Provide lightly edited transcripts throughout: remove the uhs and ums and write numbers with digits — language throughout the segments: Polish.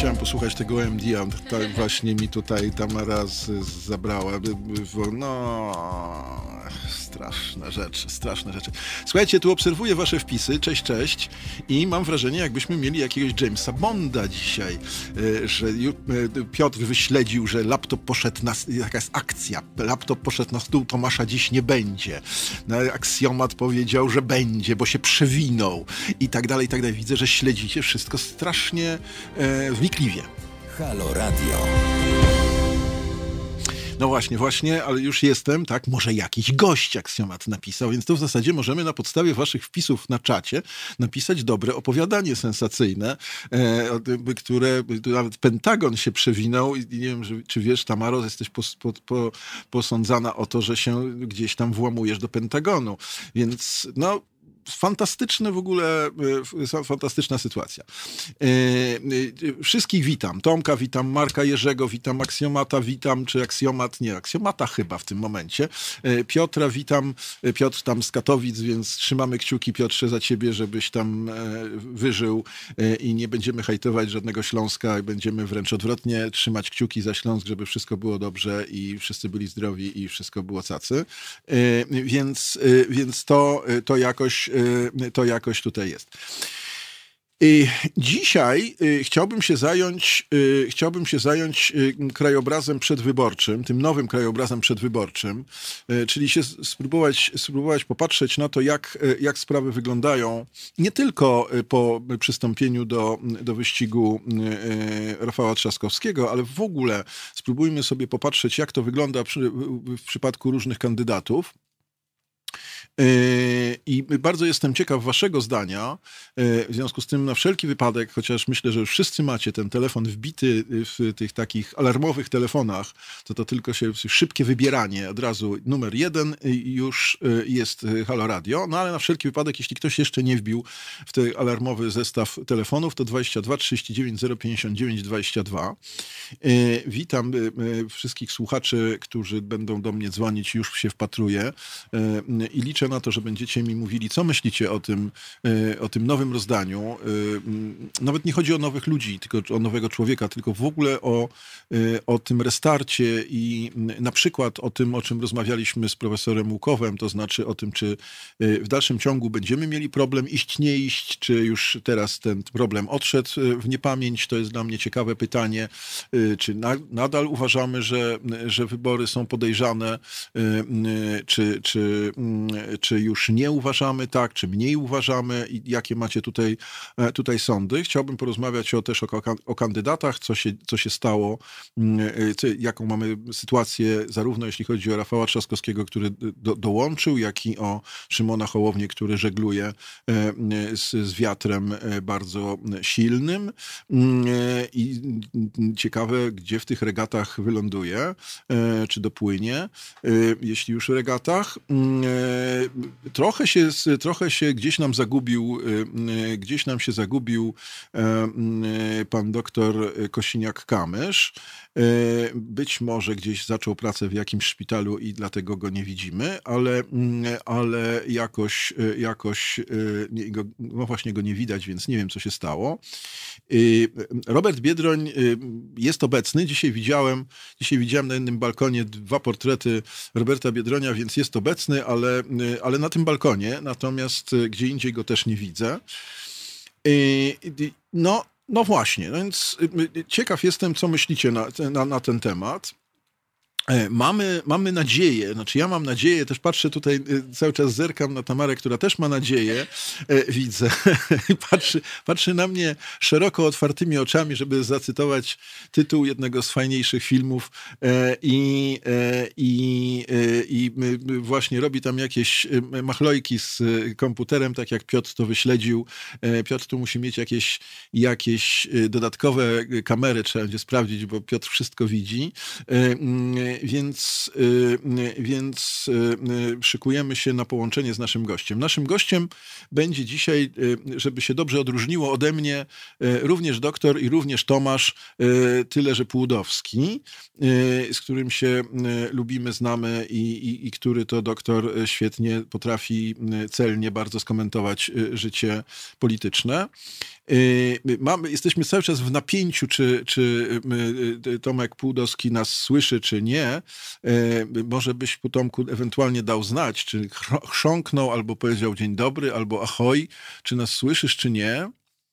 chciałem posłuchać tego OMD, a tak właśnie mi tutaj Tamara zabrała. No, straszne rzeczy, straszne rzeczy. Słuchajcie, tu obserwuję wasze wpisy, cześć, i mam wrażenie, jakbyśmy mieli jakiegoś Jamesa Bonda dzisiaj, że Piotr wyśledził, że laptop poszedł na... Jaka jest akcja? Laptop poszedł na stół, Tomasza dziś nie będzie. No, Aksjomat powiedział, że będzie, bo się przewinął i tak dalej, i tak dalej. Widzę, że śledzicie wszystko strasznie wnikliwie. Halo Radio. No właśnie, ale już jestem, tak, może jakiś gość Aksjomat napisał, więc to w zasadzie możemy na podstawie waszych wpisów na czacie napisać dobre opowiadanie sensacyjne, które nawet Pentagon się przewinął i nie wiem, czy wiesz, Tamaro, jesteś posądzana o to, że się gdzieś tam włamujesz do Pentagonu, więc no... Fantastyczne w ogóle, fantastyczna sytuacja. Wszystkich witam. Tomka witam, Marka Jerzego witam, Aksjomata witam, czy Aksjomata chyba w tym momencie. Piotra witam, Piotr tam z Katowic, więc trzymamy kciuki, Piotrze, za ciebie, żebyś tam wyżył i nie będziemy hejtować żadnego Śląska, będziemy wręcz odwrotnie trzymać kciuki za Śląsk, żeby wszystko było dobrze i wszyscy byli zdrowi i wszystko było cacy. Więc to jakoś tutaj jest. Dzisiaj chciałbym się zająć krajobrazem przedwyborczym, tym nowym krajobrazem przedwyborczym, czyli spróbować popatrzeć na to, jak sprawy wyglądają nie tylko po przystąpieniu do wyścigu Rafała Trzaskowskiego, ale w ogóle spróbujmy sobie popatrzeć, jak to wygląda w przypadku różnych kandydatów. I bardzo jestem ciekaw waszego zdania. W związku z tym na wszelki wypadek, chociaż myślę, że już wszyscy macie ten telefon wbity w tych takich alarmowych telefonach, to tylko się szybkie wybieranie od razu numer 1 już jest Halo Radio. No ale na wszelki wypadek, jeśli ktoś jeszcze nie wbił w ten alarmowy zestaw telefonów, to 22 39 059 22. Witam wszystkich słuchaczy, którzy będą do mnie dzwonić, już się wpatruję i liczę na to, że będziecie mi mówili, co myślicie o tym nowym rozdaniu. Nawet nie chodzi o nowych ludzi, tylko o nowego człowieka, tylko w ogóle o tym restarcie i na przykład o tym, o czym rozmawialiśmy z profesorem Łukowem, to znaczy o tym, czy w dalszym ciągu będziemy mieli problem iść, nie iść, czy już teraz ten problem odszedł w niepamięć. To jest dla mnie ciekawe pytanie. Czy nadal uważamy, że wybory są podejrzane, czy już nie uważamy tak, czy mniej uważamy i jakie macie tutaj sądy. Chciałbym porozmawiać też o kandydatach, co się stało, jaką mamy sytuację, zarówno jeśli chodzi o Rafała Trzaskowskiego, który dołączył, jak i o Szymona Hołownię, który żegluje z wiatrem bardzo silnym. I ciekawe, gdzie w tych regatach wyląduje, czy dopłynie, jeśli już w regatach. Trochę się gdzieś nam się zagubił pan doktor Kosiniak-Kamysz. Być może gdzieś zaczął pracę w jakimś szpitalu i dlatego go nie widzimy, ale jakoś no właśnie go nie widać, więc nie wiem, co się stało. Robert Biedroń jest obecny. Dzisiaj widziałem na jednym balkonie 2 portrety Roberta Biedronia, więc jest obecny, ale na tym balkonie, natomiast gdzie indziej go też nie widzę. No właśnie, no więc ciekaw jestem, co myślicie na ten temat. Mamy nadzieję, znaczy ja mam nadzieję, też patrzę tutaj, cały czas zerkam na Tamarę, która też ma nadzieję, widzę, patrzy na mnie szeroko otwartymi oczami, żeby zacytować tytuł jednego z fajniejszych filmów i właśnie robi tam jakieś machlojki z komputerem, tak jak Piotr to wyśledził. Piotr tu musi mieć jakieś dodatkowe kamery, trzeba będzie sprawdzić, bo Piotr wszystko widzi. Więc szykujemy się na połączenie z naszym gościem. Naszym gościem będzie dzisiaj, żeby się dobrze odróżniło ode mnie, również doktor i również Tomasz, tyle że Płudowski, z którym się lubimy, znamy i który to doktor świetnie potrafi celnie bardzo skomentować życie polityczne. Jesteśmy cały czas w napięciu, czy Tomek Pułdowski nas słyszy, czy nie. Może byś, Tomku, ewentualnie dał znać, czy chrząknął, albo powiedział dzień dobry, albo ahoj, czy nas słyszysz, czy nie.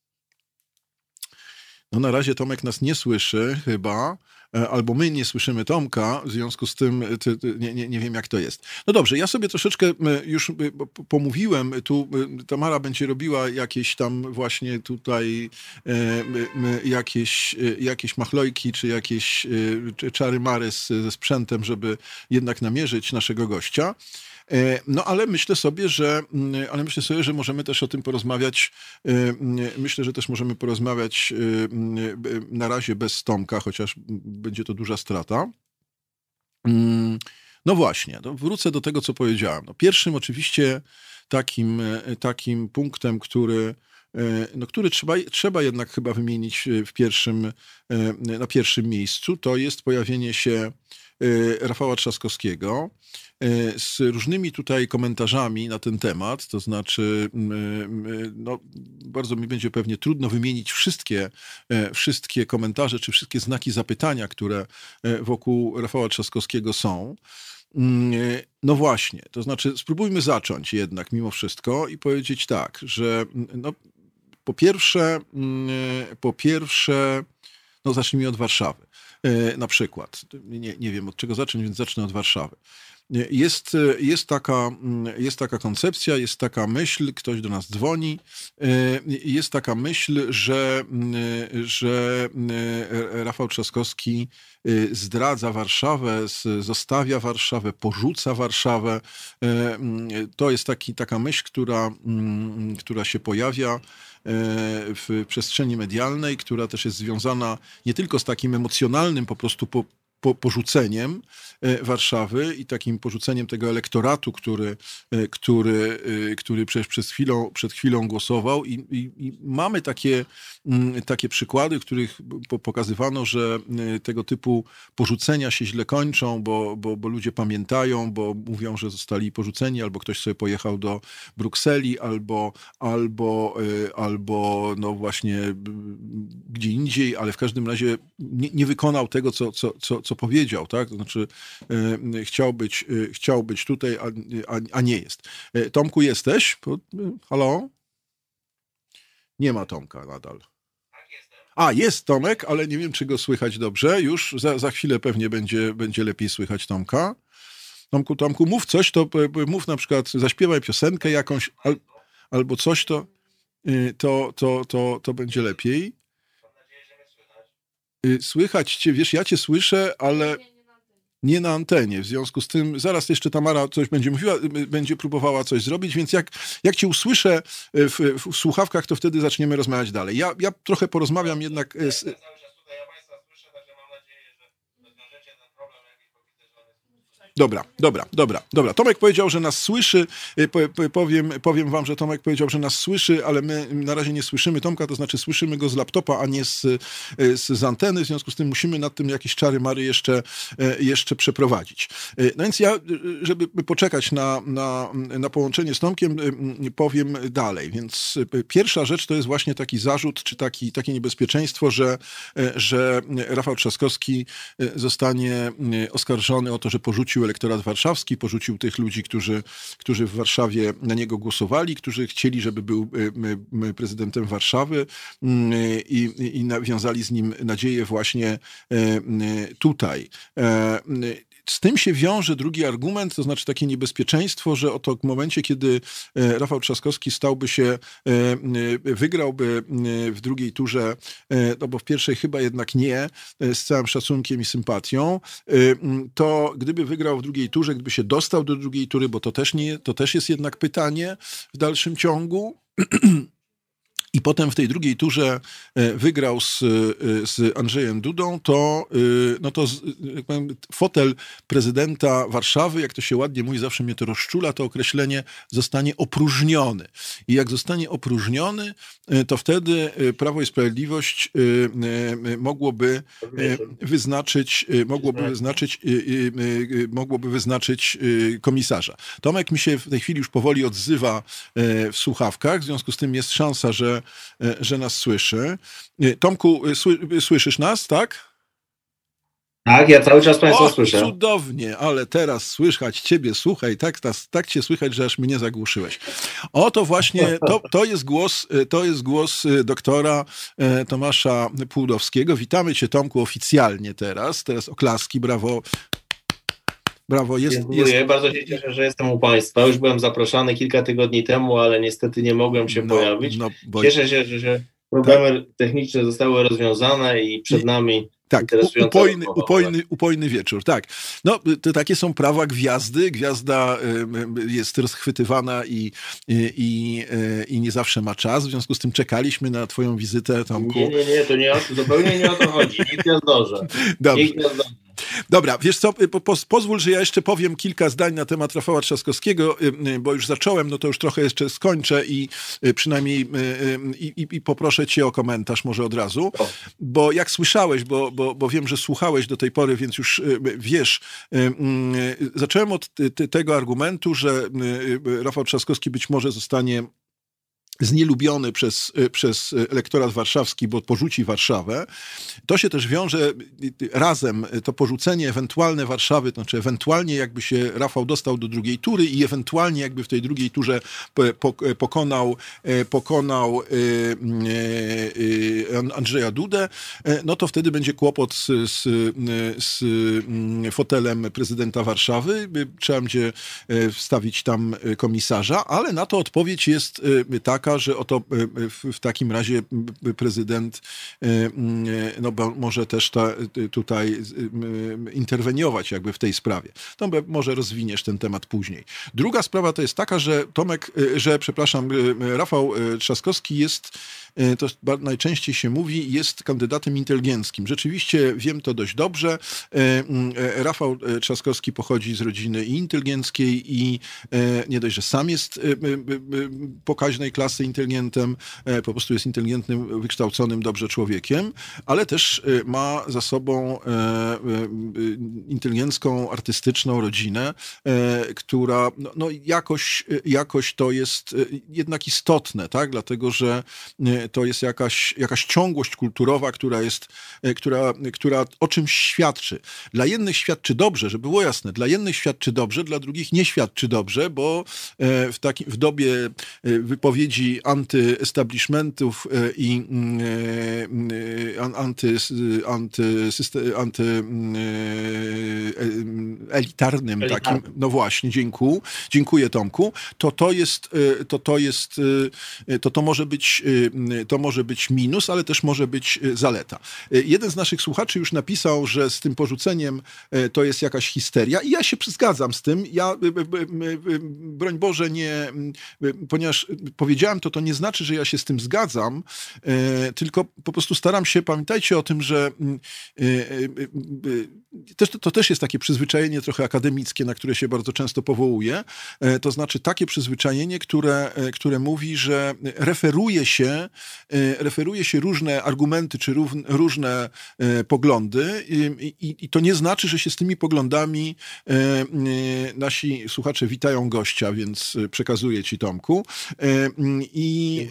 No na razie Tomek nas nie słyszy chyba, albo my nie słyszymy Tomka, w związku z tym nie wiem, jak to jest. No dobrze, ja sobie troszeczkę już pomówiłem, tu Tamara będzie robiła jakieś tam właśnie tutaj jakieś machlojki, czy jakieś czary-mary ze sprzętem, żeby jednak namierzyć naszego gościa. No ale myślę sobie, że możemy też o tym porozmawiać. Myślę, że też możemy porozmawiać na razie bez Tomka, chociaż będzie to duża strata. No właśnie, wrócę do tego, co powiedziałem. No pierwszym oczywiście takim punktem, który trzeba jednak chyba wymienić na pierwszym miejscu, to jest pojawienie się Rafała Trzaskowskiego z różnymi tutaj komentarzami na ten temat, to znaczy bardzo mi będzie pewnie trudno wymienić wszystkie komentarze czy wszystkie znaki zapytania, które wokół Rafała Trzaskowskiego są. No właśnie, to znaczy spróbujmy zacząć jednak mimo wszystko i powiedzieć tak, że po pierwsze, zacznijmy od Warszawy. Na przykład, nie wiem od czego zacząć, więc zacznę od Warszawy. Jest taka koncepcja, jest taka myśl, ktoś do nas dzwoni, jest taka myśl, że Rafał Trzaskowski zdradza Warszawę, zostawia Warszawę, porzuca Warszawę. To jest taka myśl, która się pojawia w przestrzeni medialnej, która też jest związana nie tylko z takim emocjonalnym po prostu porzuceniem Warszawy i takim porzuceniem tego elektoratu, który przed chwilą głosował i mamy takie przykłady, w których pokazywano, że tego typu porzucenia się źle kończą, bo ludzie pamiętają, bo mówią, że zostali porzuceni, albo ktoś sobie pojechał do Brukseli, albo no właśnie gdzie indziej, ale w każdym razie nie wykonał tego, co powiedział, tak? To znaczy chciał być tutaj, a nie jest. Tomku, jesteś? Halo? Nie ma Tomka nadal. Jest Tomek, ale nie wiem, czy go słychać dobrze. Już za chwilę pewnie będzie lepiej słychać Tomka. Tomku, mów coś, to mów na przykład, zaśpiewaj piosenkę jakąś, albo coś, to będzie lepiej. Słychać cię, wiesz, ja cię słyszę, ale nie na antenie. W związku z tym zaraz jeszcze Tamara coś będzie mówiła, będzie próbowała coś zrobić, więc jak cię usłyszę w słuchawkach, to wtedy zaczniemy rozmawiać dalej. Ja trochę porozmawiam jednak z... Dobra. Tomek powiedział, że nas słyszy. Powiem wam, że Tomek powiedział, że nas słyszy, ale my na razie nie słyszymy Tomka, to znaczy słyszymy go z laptopa, a nie z anteny. W związku z tym musimy nad tym jakieś czary-mary jeszcze przeprowadzić. No więc ja, żeby poczekać na połączenie z Tomkiem, powiem dalej. Więc pierwsza rzecz to jest właśnie taki zarzut, czy takie niebezpieczeństwo, że Rafał Trzaskowski zostanie oskarżony o to, że porzucił elektorat warszawski, porzucił tych ludzi, którzy w Warszawie na niego głosowali, którzy chcieli, żeby był prezydentem Warszawy i nawiązali z nim nadzieję właśnie tutaj. Z tym się wiąże drugi argument, to znaczy takie niebezpieczeństwo, że oto w momencie, kiedy Rafał Trzaskowski wygrałby w drugiej turze, no bo w pierwszej chyba jednak nie, z całym szacunkiem i sympatią, to gdyby wygrał w drugiej turze, gdyby się dostał do drugiej tury, bo to też jest jednak pytanie w dalszym ciągu, i potem w tej drugiej turze wygrał z Andrzejem Dudą, to jak powiem, fotel prezydenta Warszawy, jak to się ładnie mówi, zawsze mnie to rozczula, to określenie, zostanie opróżniony. I jak zostanie opróżniony, to wtedy Prawo i Sprawiedliwość mogłoby wyznaczyć komisarza. Tomek mi się w tej chwili już powoli odzywa w słuchawkach, w związku z tym jest szansa, że że nas słyszy. Tomku, słyszysz nas, tak? Tak, ja cały czas Państwa słyszę. Cudownie, ale teraz słychać Ciebie, słuchaj, tak Cię słychać, że aż mnie zagłuszyłeś. Oto właśnie, to jest głos doktora Tomasza Pułdowskiego. Witamy Cię, Tomku, oficjalnie teraz oklaski, brawo. Brawo, Dziękuję, bardzo się cieszę, że jestem u Państwa. Już byłem zapraszany kilka tygodni temu, ale niestety nie mogłem się pojawić. Cieszę się, że problemy techniczne zostały rozwiązane i przed nami upojny wieczór, tak. No, to takie są prawa gwiazdy. Gwiazda jest rozchwytywana i nie zawsze ma czas. W związku z tym czekaliśmy na twoją wizytę, Tomku. Nie, zupełnie nie o to chodzi. Niech ja zdążę. Dobrze. Dobra, wiesz co, pozwól, że ja jeszcze powiem kilka zdań na temat Rafała Trzaskowskiego, bo już zacząłem, no to już trochę jeszcze skończę i przynajmniej i poproszę cię o komentarz może od razu, bo jak słyszałeś, bo wiem, że słuchałeś do tej pory, więc już wiesz, zacząłem od tego argumentu, że Rafał Trzaskowski być może zostanie znielubiony przez elektorat warszawski, bo porzuci Warszawę. To się też wiąże razem, to porzucenie ewentualne Warszawy, to znaczy ewentualnie jakby się Rafał dostał do drugiej tury i ewentualnie jakby w tej drugiej turze pokonał Andrzeja Dudę, no to wtedy będzie kłopot z fotelem prezydenta Warszawy. Trzeba będzie wstawić tam komisarza, ale na to odpowiedź jest taka, że oto w takim razie prezydent no, może też tutaj interweniować jakby w tej sprawie. To może rozwiniesz ten temat później. Druga sprawa to jest taka, że Rafał Trzaskowski jest, to najczęściej się mówi, jest kandydatem inteligenckim. Rzeczywiście wiem to dość dobrze. Rafał Trzaskowski pochodzi z rodziny inteligenckiej i nie dość, że sam jest pokaźnej klasy inteligentem, po prostu jest inteligentnym, wykształconym dobrze człowiekiem, ale też ma za sobą inteligencką, artystyczną rodzinę, która no jakoś to jest jednak istotne, tak? Dlatego, że to jest jakaś ciągłość kulturowa, która o czymś świadczy. Dla jednych świadczy dobrze, żeby było jasne, dla jednych świadczy dobrze, dla drugich nie świadczy dobrze, bo w dobie wypowiedzi antyestablishmentów i antyelitarnym takim, no właśnie, dziękuję Tomku, to może być minus, ale też może być zaleta. Jeden z naszych słuchaczy już napisał, że z tym porzuceniem to jest jakaś histeria i ja się zgadzam z tym. Ja, broń Boże, ponieważ powiedziałem to nie znaczy, że ja się z tym zgadzam, tylko po prostu staram się, pamiętajcie o tym, że to też jest takie przyzwyczajenie trochę akademickie, na które się bardzo często powołuję, to znaczy takie przyzwyczajenie, które mówi, że referuje się różne argumenty czy różne poglądy i to nie znaczy, że się z tymi poglądami nasi słuchacze witają gościa, więc przekazuję ci, Tomku. I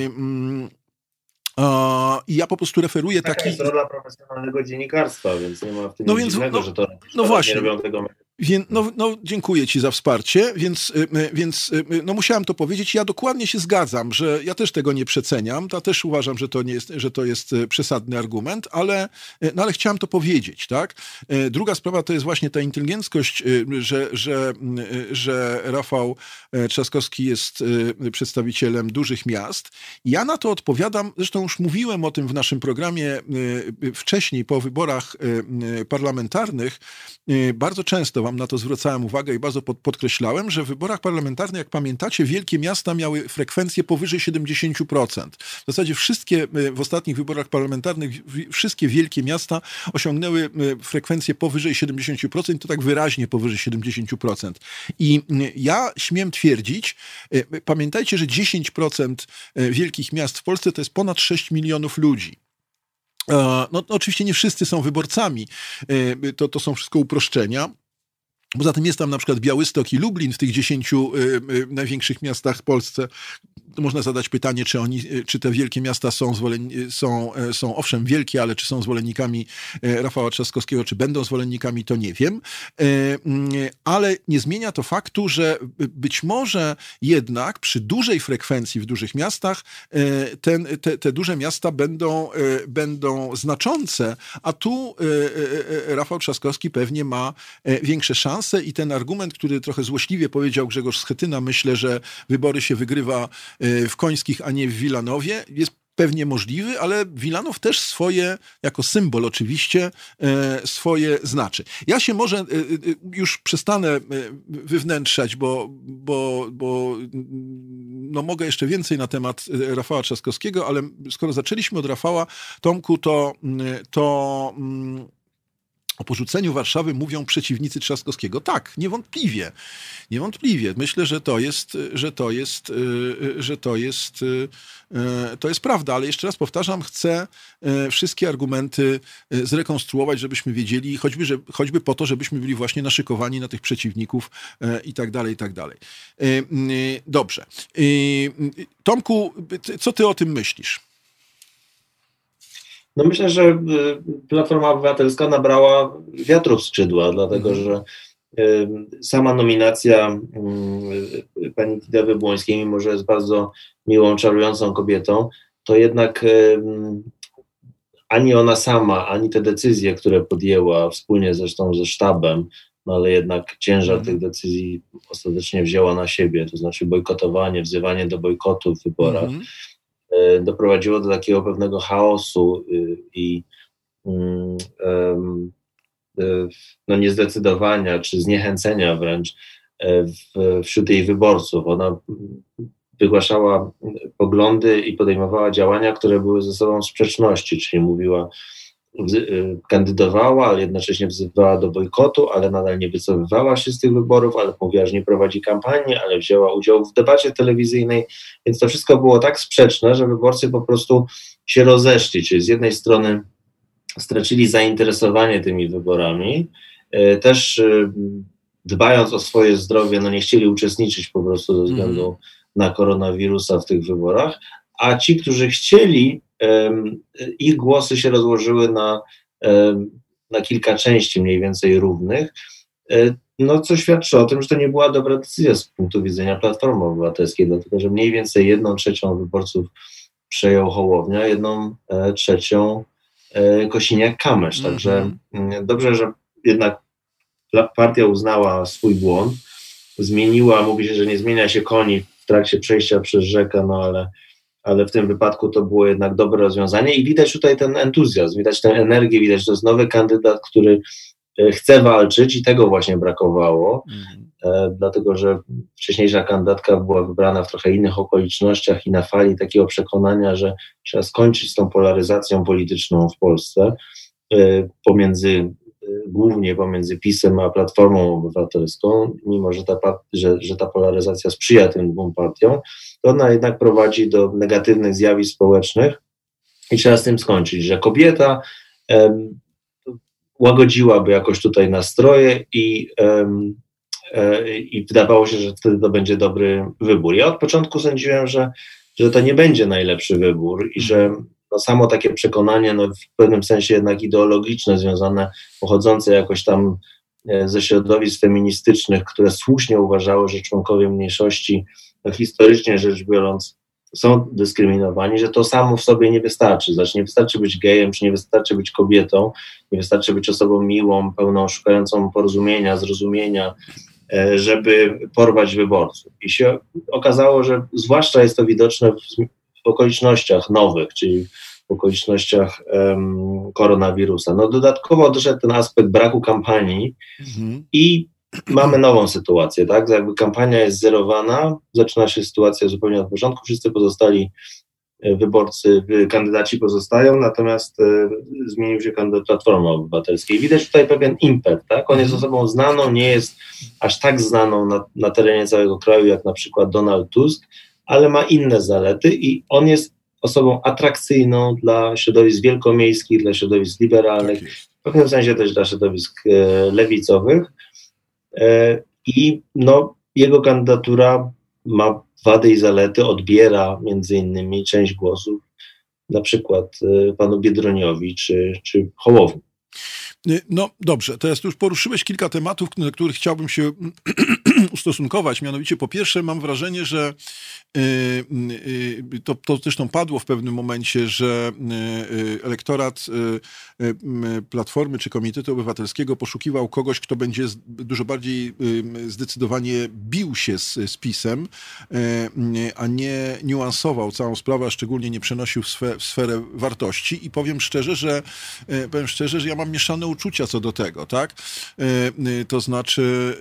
ja po prostu referuję Taka jest rola profesjonalnego dziennikarstwa, więc nie ma w tym nic dziwnego, że to właśnie. Nie robią tego. No, dziękuję ci za wsparcie, więc musiałem to powiedzieć. Ja dokładnie się zgadzam, że ja też tego nie przeceniam, ja też uważam, że to jest przesadny argument, ale chciałem to powiedzieć, tak? Druga sprawa to jest właśnie ta inteligenckość, że Rafał Trzaskowski jest przedstawicielem dużych miast. Ja na to odpowiadam, zresztą już mówiłem o tym w naszym programie wcześniej, po wyborach parlamentarnych, bardzo często wam na to zwracałem uwagę i bardzo podkreślałem, że w wyborach parlamentarnych, jak pamiętacie, wielkie miasta miały frekwencję powyżej 70%. W zasadzie w ostatnich wyborach parlamentarnych wszystkie wielkie miasta osiągnęły frekwencję powyżej 70%, to tak wyraźnie powyżej 70%. I ja śmiem twierdzić, pamiętajcie, że 10% wielkich miast w Polsce to jest ponad 6 milionów ludzi. No, oczywiście nie wszyscy są wyborcami, to są wszystko uproszczenia. Poza tym jest tam na przykład Białystok i Lublin w tych 10 największych miastach w Polsce, można zadać pytanie, czy te wielkie miasta są owszem wielkie, ale czy są zwolennikami Rafała Trzaskowskiego, czy będą zwolennikami, to nie wiem. Ale nie zmienia to faktu, że być może jednak przy dużej frekwencji w dużych miastach te duże miasta będą znaczące, a tu Rafał Trzaskowski pewnie ma większe szanse i ten argument, który trochę złośliwie powiedział Grzegorz Schetyna, myślę, że wybory się wygrywa w Końskich, a nie w Wilanowie, jest pewnie możliwy, ale Wilanów też swoje, jako symbol oczywiście, swoje znaczy. Ja się może już przestanę wywnętrzać, bo no mogę jeszcze więcej na temat Rafała Trzaskowskiego, ale skoro zaczęliśmy od Rafała, Tomku, to o porzuceniu Warszawy mówią przeciwnicy Trzaskowskiego. Tak, niewątpliwie. Myślę, że to jest prawda, ale jeszcze raz powtarzam, chcę wszystkie argumenty zrekonstruować, żebyśmy wiedzieli, choćby po to, żebyśmy byli właśnie naszykowani na tych przeciwników i tak dalej, i tak dalej. Dobrze. Tomku, co ty o tym myślisz? No myślę, że Platforma Obywatelska nabrała wiatru w skrzydła, dlatego że sama nominacja pani Kidawy Błońskiej, mimo że jest bardzo miłą, czarującą kobietą, to jednak ani ona sama, ani te decyzje, które podjęła wspólnie zresztą ze sztabem, no ale jednak ciężar tych decyzji ostatecznie wzięła na siebie, to znaczy bojkotowanie, wzywanie do bojkotu w wyborach, doprowadziło do takiego pewnego chaosu i no niezdecydowania czy zniechęcenia wręcz wśród jej wyborców. Ona wygłaszała poglądy i podejmowała działania, które były ze sobą w sprzeczności, czyli mówiła, kandydowała, ale jednocześnie wzywała do bojkotu, ale nadal nie wycofywała się z tych wyborów, ale mówiła, że nie prowadzi kampanii, ale wzięła udział w debacie telewizyjnej, więc to wszystko było tak sprzeczne, że wyborcy po prostu się rozeszli, czyli z jednej strony stracili zainteresowanie tymi wyborami, też dbając o swoje zdrowie, no nie chcieli uczestniczyć po prostu ze względu na koronawirusa w tych wyborach, a ci, którzy chcieli, ich głosy się rozłożyły na kilka części mniej więcej równych, no co świadczy o tym, że to nie była dobra decyzja z punktu widzenia Platformy Obywatelskiej, dlatego że mniej więcej 1/3 wyborców przejął Hołownia, 1/3 Kosiniak-Kamysz, także dobrze, że jednak partia uznała swój błąd, zmieniła, mówi się, że nie zmienia się koni w trakcie przejścia przez rzekę, no ale w tym wypadku to było jednak dobre rozwiązanie i widać tutaj ten entuzjazm, widać tę energię, widać, że to jest nowy kandydat, który chce walczyć i tego właśnie brakowało, dlatego że wcześniejsza kandydatka była wybrana w trochę innych okolicznościach i na fali takiego przekonania, że trzeba skończyć z tą polaryzacją polityczną w Polsce głównie pomiędzy PiS-em a Platformą Obywatelską, mimo że ta polaryzacja sprzyja tym dwóm partiom, to ona jednak prowadzi do negatywnych zjawisk społecznych i trzeba z tym skończyć, że kobieta łagodziłaby jakoś tutaj nastroje i wydawało się, że wtedy to będzie dobry wybór. Ja od początku sądziłem, że to nie będzie najlepszy wybór i że no samo takie przekonanie, no w pewnym sensie jednak ideologiczne, związane, pochodzące jakoś tam ze środowisk feministycznych, które słusznie uważały, że członkowie mniejszości, no historycznie rzecz biorąc, są dyskryminowani, że to samo w sobie nie wystarczy. Znaczy nie wystarczy być gejem, czy nie wystarczy być kobietą, nie wystarczy być osobą miłą, pełną, szukającą porozumienia, zrozumienia, żeby porwać wyborców. I się okazało, że zwłaszcza jest to widoczne w okolicznościach nowych, czyli w okolicznościach koronawirusa. No dodatkowo doszedł ten aspekt braku kampanii i mamy nową sytuację, tak? Jakby kampania jest zerowana, zaczyna się sytuacja zupełnie od początku, wszyscy pozostali kandydaci pozostają, natomiast zmienił się kandydat Platformy Obywatelskiej. Widać tutaj pewien impet, tak? On jest osobą znaną, nie jest aż tak znaną na terenie całego kraju, jak na przykład Donald Tusk, ale ma inne zalety i on jest osobą atrakcyjną dla środowisk wielkomiejskich, dla środowisk liberalnych, w pewnym sensie też dla środowisk lewicowych i no, jego kandydatura ma wady i zalety, odbiera między innymi część głosów, na przykład panu Biedroniowi czy Hołowni. No dobrze, teraz już poruszyłeś kilka tematów, do których chciałbym się ustosunkować. Mianowicie po pierwsze mam wrażenie, że to zresztą padło w pewnym momencie, że elektorat Platformy czy Komitetu Obywatelskiego poszukiwał kogoś, kto będzie dużo bardziej zdecydowanie bił się z PiS-em, a nie niuansował całą sprawę, a szczególnie nie przenosił w sferę wartości. I powiem szczerze, że ja mam mieszane uczucia co do tego, tak? To znaczy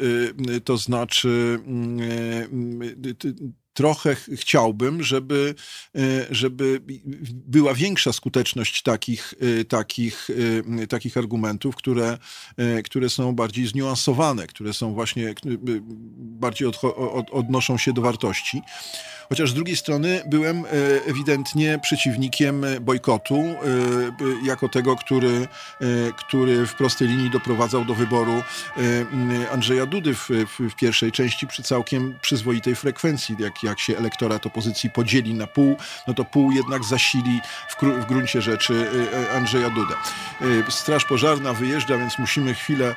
trochę chciałbym, żeby była większa skuteczność takich argumentów, które są bardziej zniuansowane, które są właśnie bardziej odnoszą się do wartości. Chociaż z drugiej strony byłem ewidentnie przeciwnikiem bojkotu, jako tego, który w prostej linii doprowadzał do wyboru Andrzeja Dudy w pierwszej części przy całkiem przyzwoitej frekwencji. Jak się elektorat opozycji podzieli na pół, no to pół jednak zasili w gruncie rzeczy Andrzeja Dudę. Straż pożarna wyjeżdża, więc musimy chwilę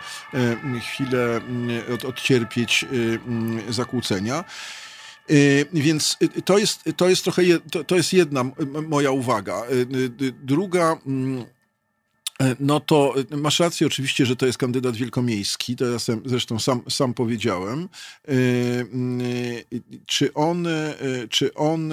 odcierpieć zakłócenia. Więc to jest trochę, to jest jedna moja uwaga. Druga, no to masz rację oczywiście, że to jest kandydat wielkomiejski, to ja zresztą sam powiedziałem. Czy on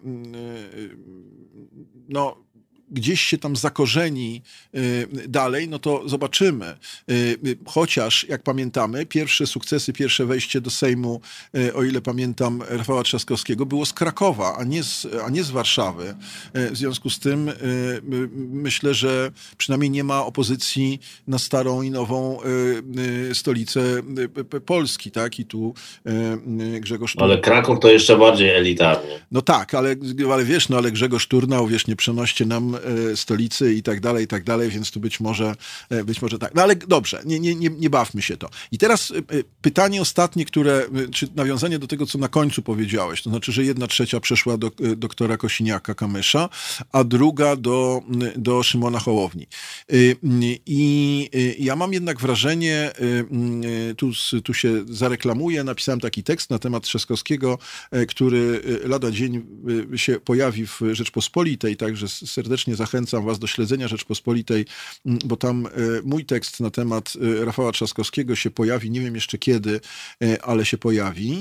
no gdzieś się tam zakorzeni dalej, no to zobaczymy. Chociaż, jak pamiętamy, pierwsze sukcesy, pierwsze wejście do Sejmu, o ile pamiętam, Rafała Trzaskowskiego było z Krakowa, a nie z Warszawy. W związku z tym myślę, że przynajmniej nie ma opozycji na starą i nową stolicę Polski, tak? I tu Grzegorz Turnał. Ale Kraków to jeszcze bardziej elitarnie. No tak, ale wiesz, ale Grzegorz Turnał, wiesz, nie przenoście nam stolicy i tak dalej, więc tu być może tak. No ale dobrze, nie bawmy się to. I teraz pytanie ostatnie, czy nawiązanie do tego, co na końcu powiedziałeś, to znaczy, że 1/3 przeszła do doktora Kosiniaka-Kamysza, a druga do Szymona Hołowni. I ja mam jednak wrażenie, tu się zareklamuję, napisałem taki tekst na temat Trzaskowskiego, który lada dzień się pojawi w Rzeczpospolitej, także serdecznie zachęcam was do śledzenia Rzeczpospolitej, bo tam mój tekst na temat Rafała Trzaskowskiego się pojawi, nie wiem jeszcze kiedy, ale się pojawi.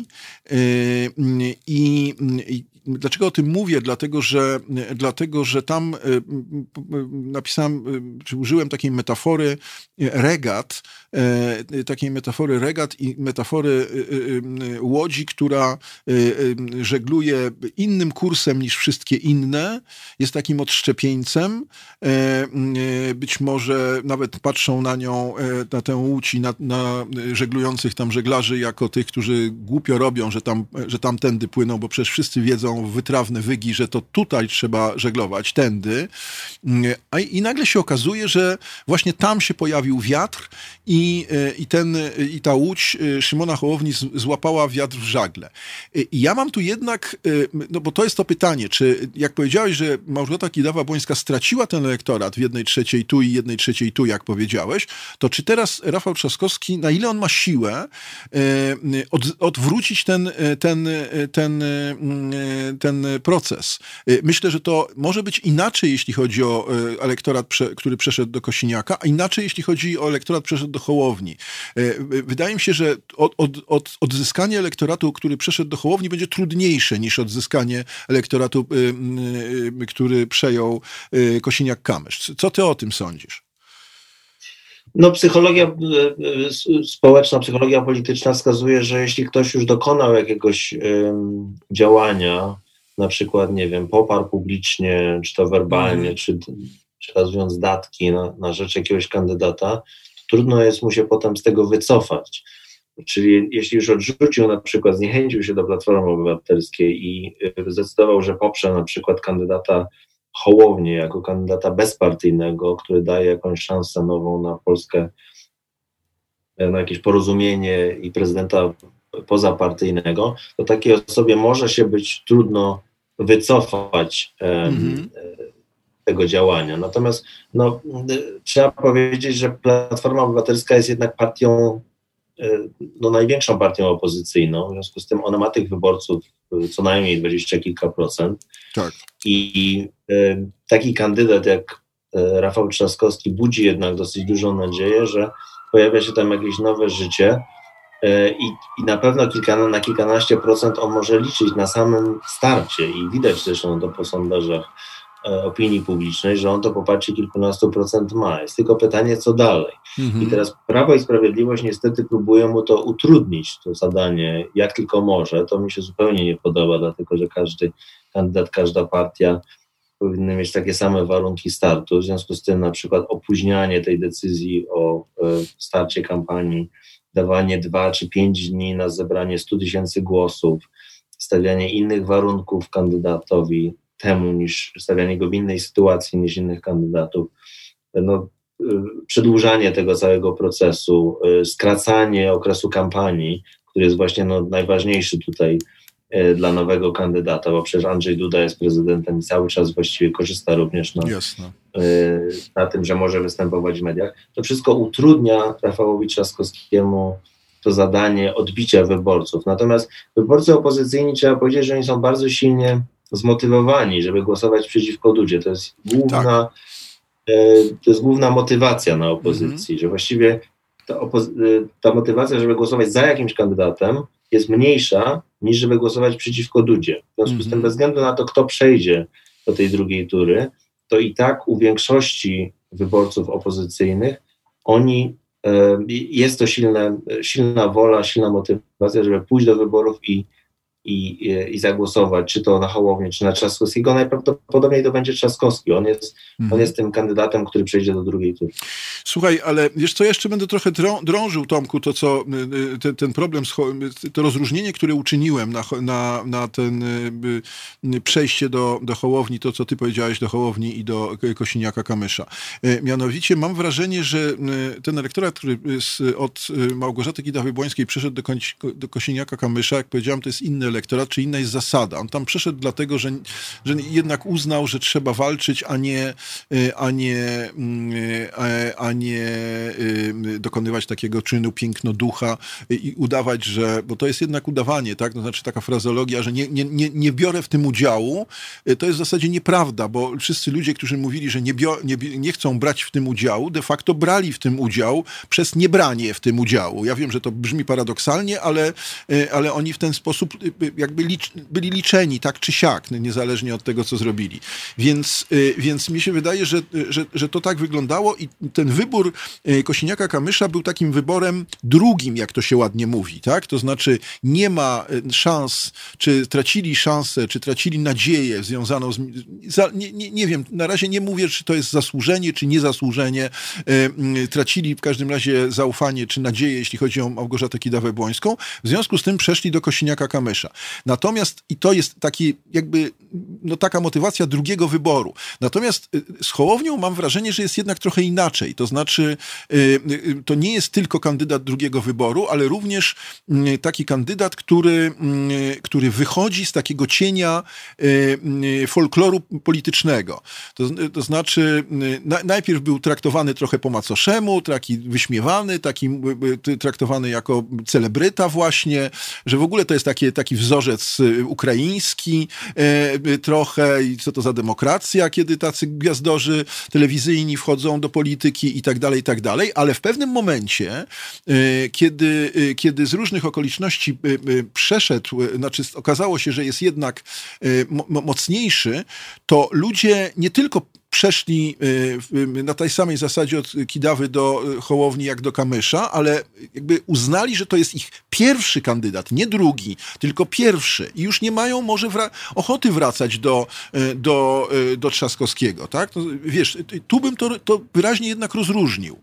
I dlaczego o tym mówię? Dlatego, że tam napisałem, czy użyłem takiej metafory regat i metafory łodzi, która żegluje innym kursem niż wszystkie inne, jest takim odszczepieńcem. Być może nawet patrzą na nią, na tę łódź i na żeglujących tam żeglarzy jako tych, którzy głupio robią, że tamtędy płyną, bo przecież wszyscy wiedzą wytrawne wygi, że to tutaj trzeba żeglować, tędy. I nagle się okazuje, że właśnie tam się pojawił wiatr i ta łódź Szymona Hołowni złapała wiatr w żagle. I ja mam tu jednak, no bo to jest to pytanie, czy jak powiedziałeś, że Małgorzata Kidawa-Błońska straciła ten elektorat w 1/3 tu i 1/3 tu, jak powiedziałeś, to czy teraz Rafał Trzaskowski, na ile on ma siłę odwrócić ten proces? Myślę, że to może być inaczej, jeśli chodzi o elektorat, który przeszedł do Kosiniaka, a inaczej, jeśli chodzi o elektorat, przeszedł do Hołowni. Wydaje mi się, że odzyskanie elektoratu, który przeszedł do Hołowni, będzie trudniejsze niż odzyskanie elektoratu, który przejął Kosiniak-Kamysz. Co ty o tym sądzisz? No, psychologia społeczna, psychologia polityczna wskazuje, że jeśli ktoś już dokonał jakiegoś działania, na przykład, nie wiem, poparł publicznie, czy to werbalnie, czy przekazując datki na rzecz jakiegoś kandydata, trudno jest mu się potem z tego wycofać. Czyli jeśli już odrzucił, na przykład zniechęcił się do Platformy Obywatelskiej i zdecydował, że poprze na przykład kandydata Hołownię jako kandydata bezpartyjnego, który daje jakąś szansę nową na Polskę, na jakieś porozumienie i prezydenta pozapartyjnego, to takiej osobie może się być trudno wycofać tego działania. Natomiast trzeba powiedzieć, że Platforma Obywatelska jest jednak partią, największą partią opozycyjną, w związku z tym ona ma tych wyborców co najmniej 20 kilka procent. Tak. I taki kandydat jak Rafał Trzaskowski budzi jednak dosyć dużą nadzieję, że pojawia się tam jakieś nowe życie i na pewno na kilkanaście procent on może liczyć na samym starcie i widać zresztą to po sondażach opinii publicznej, że on to poparcie kilkunastu procent ma. Jest tylko pytanie, co dalej. I teraz Prawo i Sprawiedliwość niestety próbuje mu to utrudnić, to zadanie, jak tylko może. To mi się zupełnie nie podoba, dlatego że każdy kandydat, każda partia powinny mieć takie same warunki startu. W związku z tym na przykład opóźnianie tej decyzji o starcie kampanii, dawanie 2 czy 5 dni na zebranie 100 000 głosów, stawianie innych warunków kandydatowi temu, niż stawianie go w innej sytuacji niż innych kandydatów, przedłużanie tego całego procesu, skracanie okresu kampanii, który jest właśnie najważniejszy tutaj dla nowego kandydata, bo przecież Andrzej Duda jest prezydentem i cały czas właściwie korzysta również na tym, że może występować w mediach. To wszystko utrudnia Rafałowi Trzaskowskiemu to zadanie odbicia wyborców. Natomiast wyborcy opozycyjni, trzeba powiedzieć, że oni są bardzo silnie zmotywowani, żeby głosować przeciwko Dudzie. To jest główna motywacja na opozycji, że właściwie ta motywacja, żeby głosować za jakimś kandydatem jest mniejsza niż żeby głosować przeciwko Dudzie. W związku z tym, bez względu na to, kto przejdzie do tej drugiej tury, to i tak u większości wyborców opozycyjnych jest to silna wola, silna motywacja, żeby pójść do wyborów i zagłosować, czy to na Hołownię, czy na Trzaskowskiego. Najprawdopodobniej to będzie Trzaskowski. On jest tym kandydatem, który przejdzie do drugiej tury. Słuchaj, ale wiesz co, jeszcze będę trochę drążył, Tomku, to co, ten problem, to rozróżnienie, które uczyniłem na ten przejście do Hołowni, to co ty powiedziałeś, do Hołowni i do Kosiniaka-Kamysza. Mianowicie mam wrażenie, że ten elektorat, który od Małgorzaty Kidawy-Błońskiej przeszedł do Kosiniaka-Kamysza, jak powiedziałem, to jest inny elektorat, czy inna jest zasada. On tam przeszedł dlatego, że jednak uznał, że trzeba walczyć, a nie dokonywać takiego czynu pięknoducha i udawać, że, bo to jest jednak udawanie, tak? To znaczy taka frazologia, że nie biorę w tym udziału, to jest w zasadzie nieprawda, bo wszyscy ludzie, którzy mówili, że nie chcą brać w tym udziału, de facto brali w tym udział przez niebranie w tym udziału. Ja wiem, że to brzmi paradoksalnie, ale oni w ten sposób jakby byli liczeni tak czy siak, niezależnie od tego, co zrobili. Więc mi się wydaje, że to tak wyglądało i ten wybór Kosiniaka-Kamysza był takim wyborem drugim, jak to się ładnie mówi, tak? To znaczy nie ma szans, czy tracili szansę, czy tracili nadzieję związaną z... Nie wiem, na razie nie mówię, czy to jest zasłużenie, czy niezasłużenie. Tracili w każdym razie zaufanie, czy nadzieję, jeśli chodzi o Małgorzatę Kidawę-Błońską. W związku z tym przeszli do Kosiniaka-Kamysza. Natomiast, i to jest taki jakby, taka motywacja drugiego wyboru. Natomiast z Hołownią mam wrażenie, że jest jednak trochę inaczej. To znaczy, to nie jest tylko kandydat drugiego wyboru, ale również taki kandydat, który wychodzi z takiego cienia folkloru politycznego. To znaczy, najpierw był traktowany trochę po macoszemu, taki wyśmiewany, taki traktowany jako celebryta właśnie, że w ogóle to jest taki wzorzec ukraiński trochę i co to za demokracja, kiedy tacy gwiazdorzy telewizyjni wchodzą do polityki i tak dalej, ale w pewnym momencie, kiedy z różnych okoliczności przeszedł, znaczy okazało się, że jest jednak mocniejszy, to ludzie nie tylko przeszli na tej samej zasadzie od Kidawy do Hołowni jak do Kamysza, ale jakby uznali, że to jest ich pierwszy kandydat, nie drugi, tylko pierwszy. I już nie mają może ochoty wracać do Trzaskowskiego. Tak? No, wiesz, tu bym to wyraźnie jednak rozróżnił.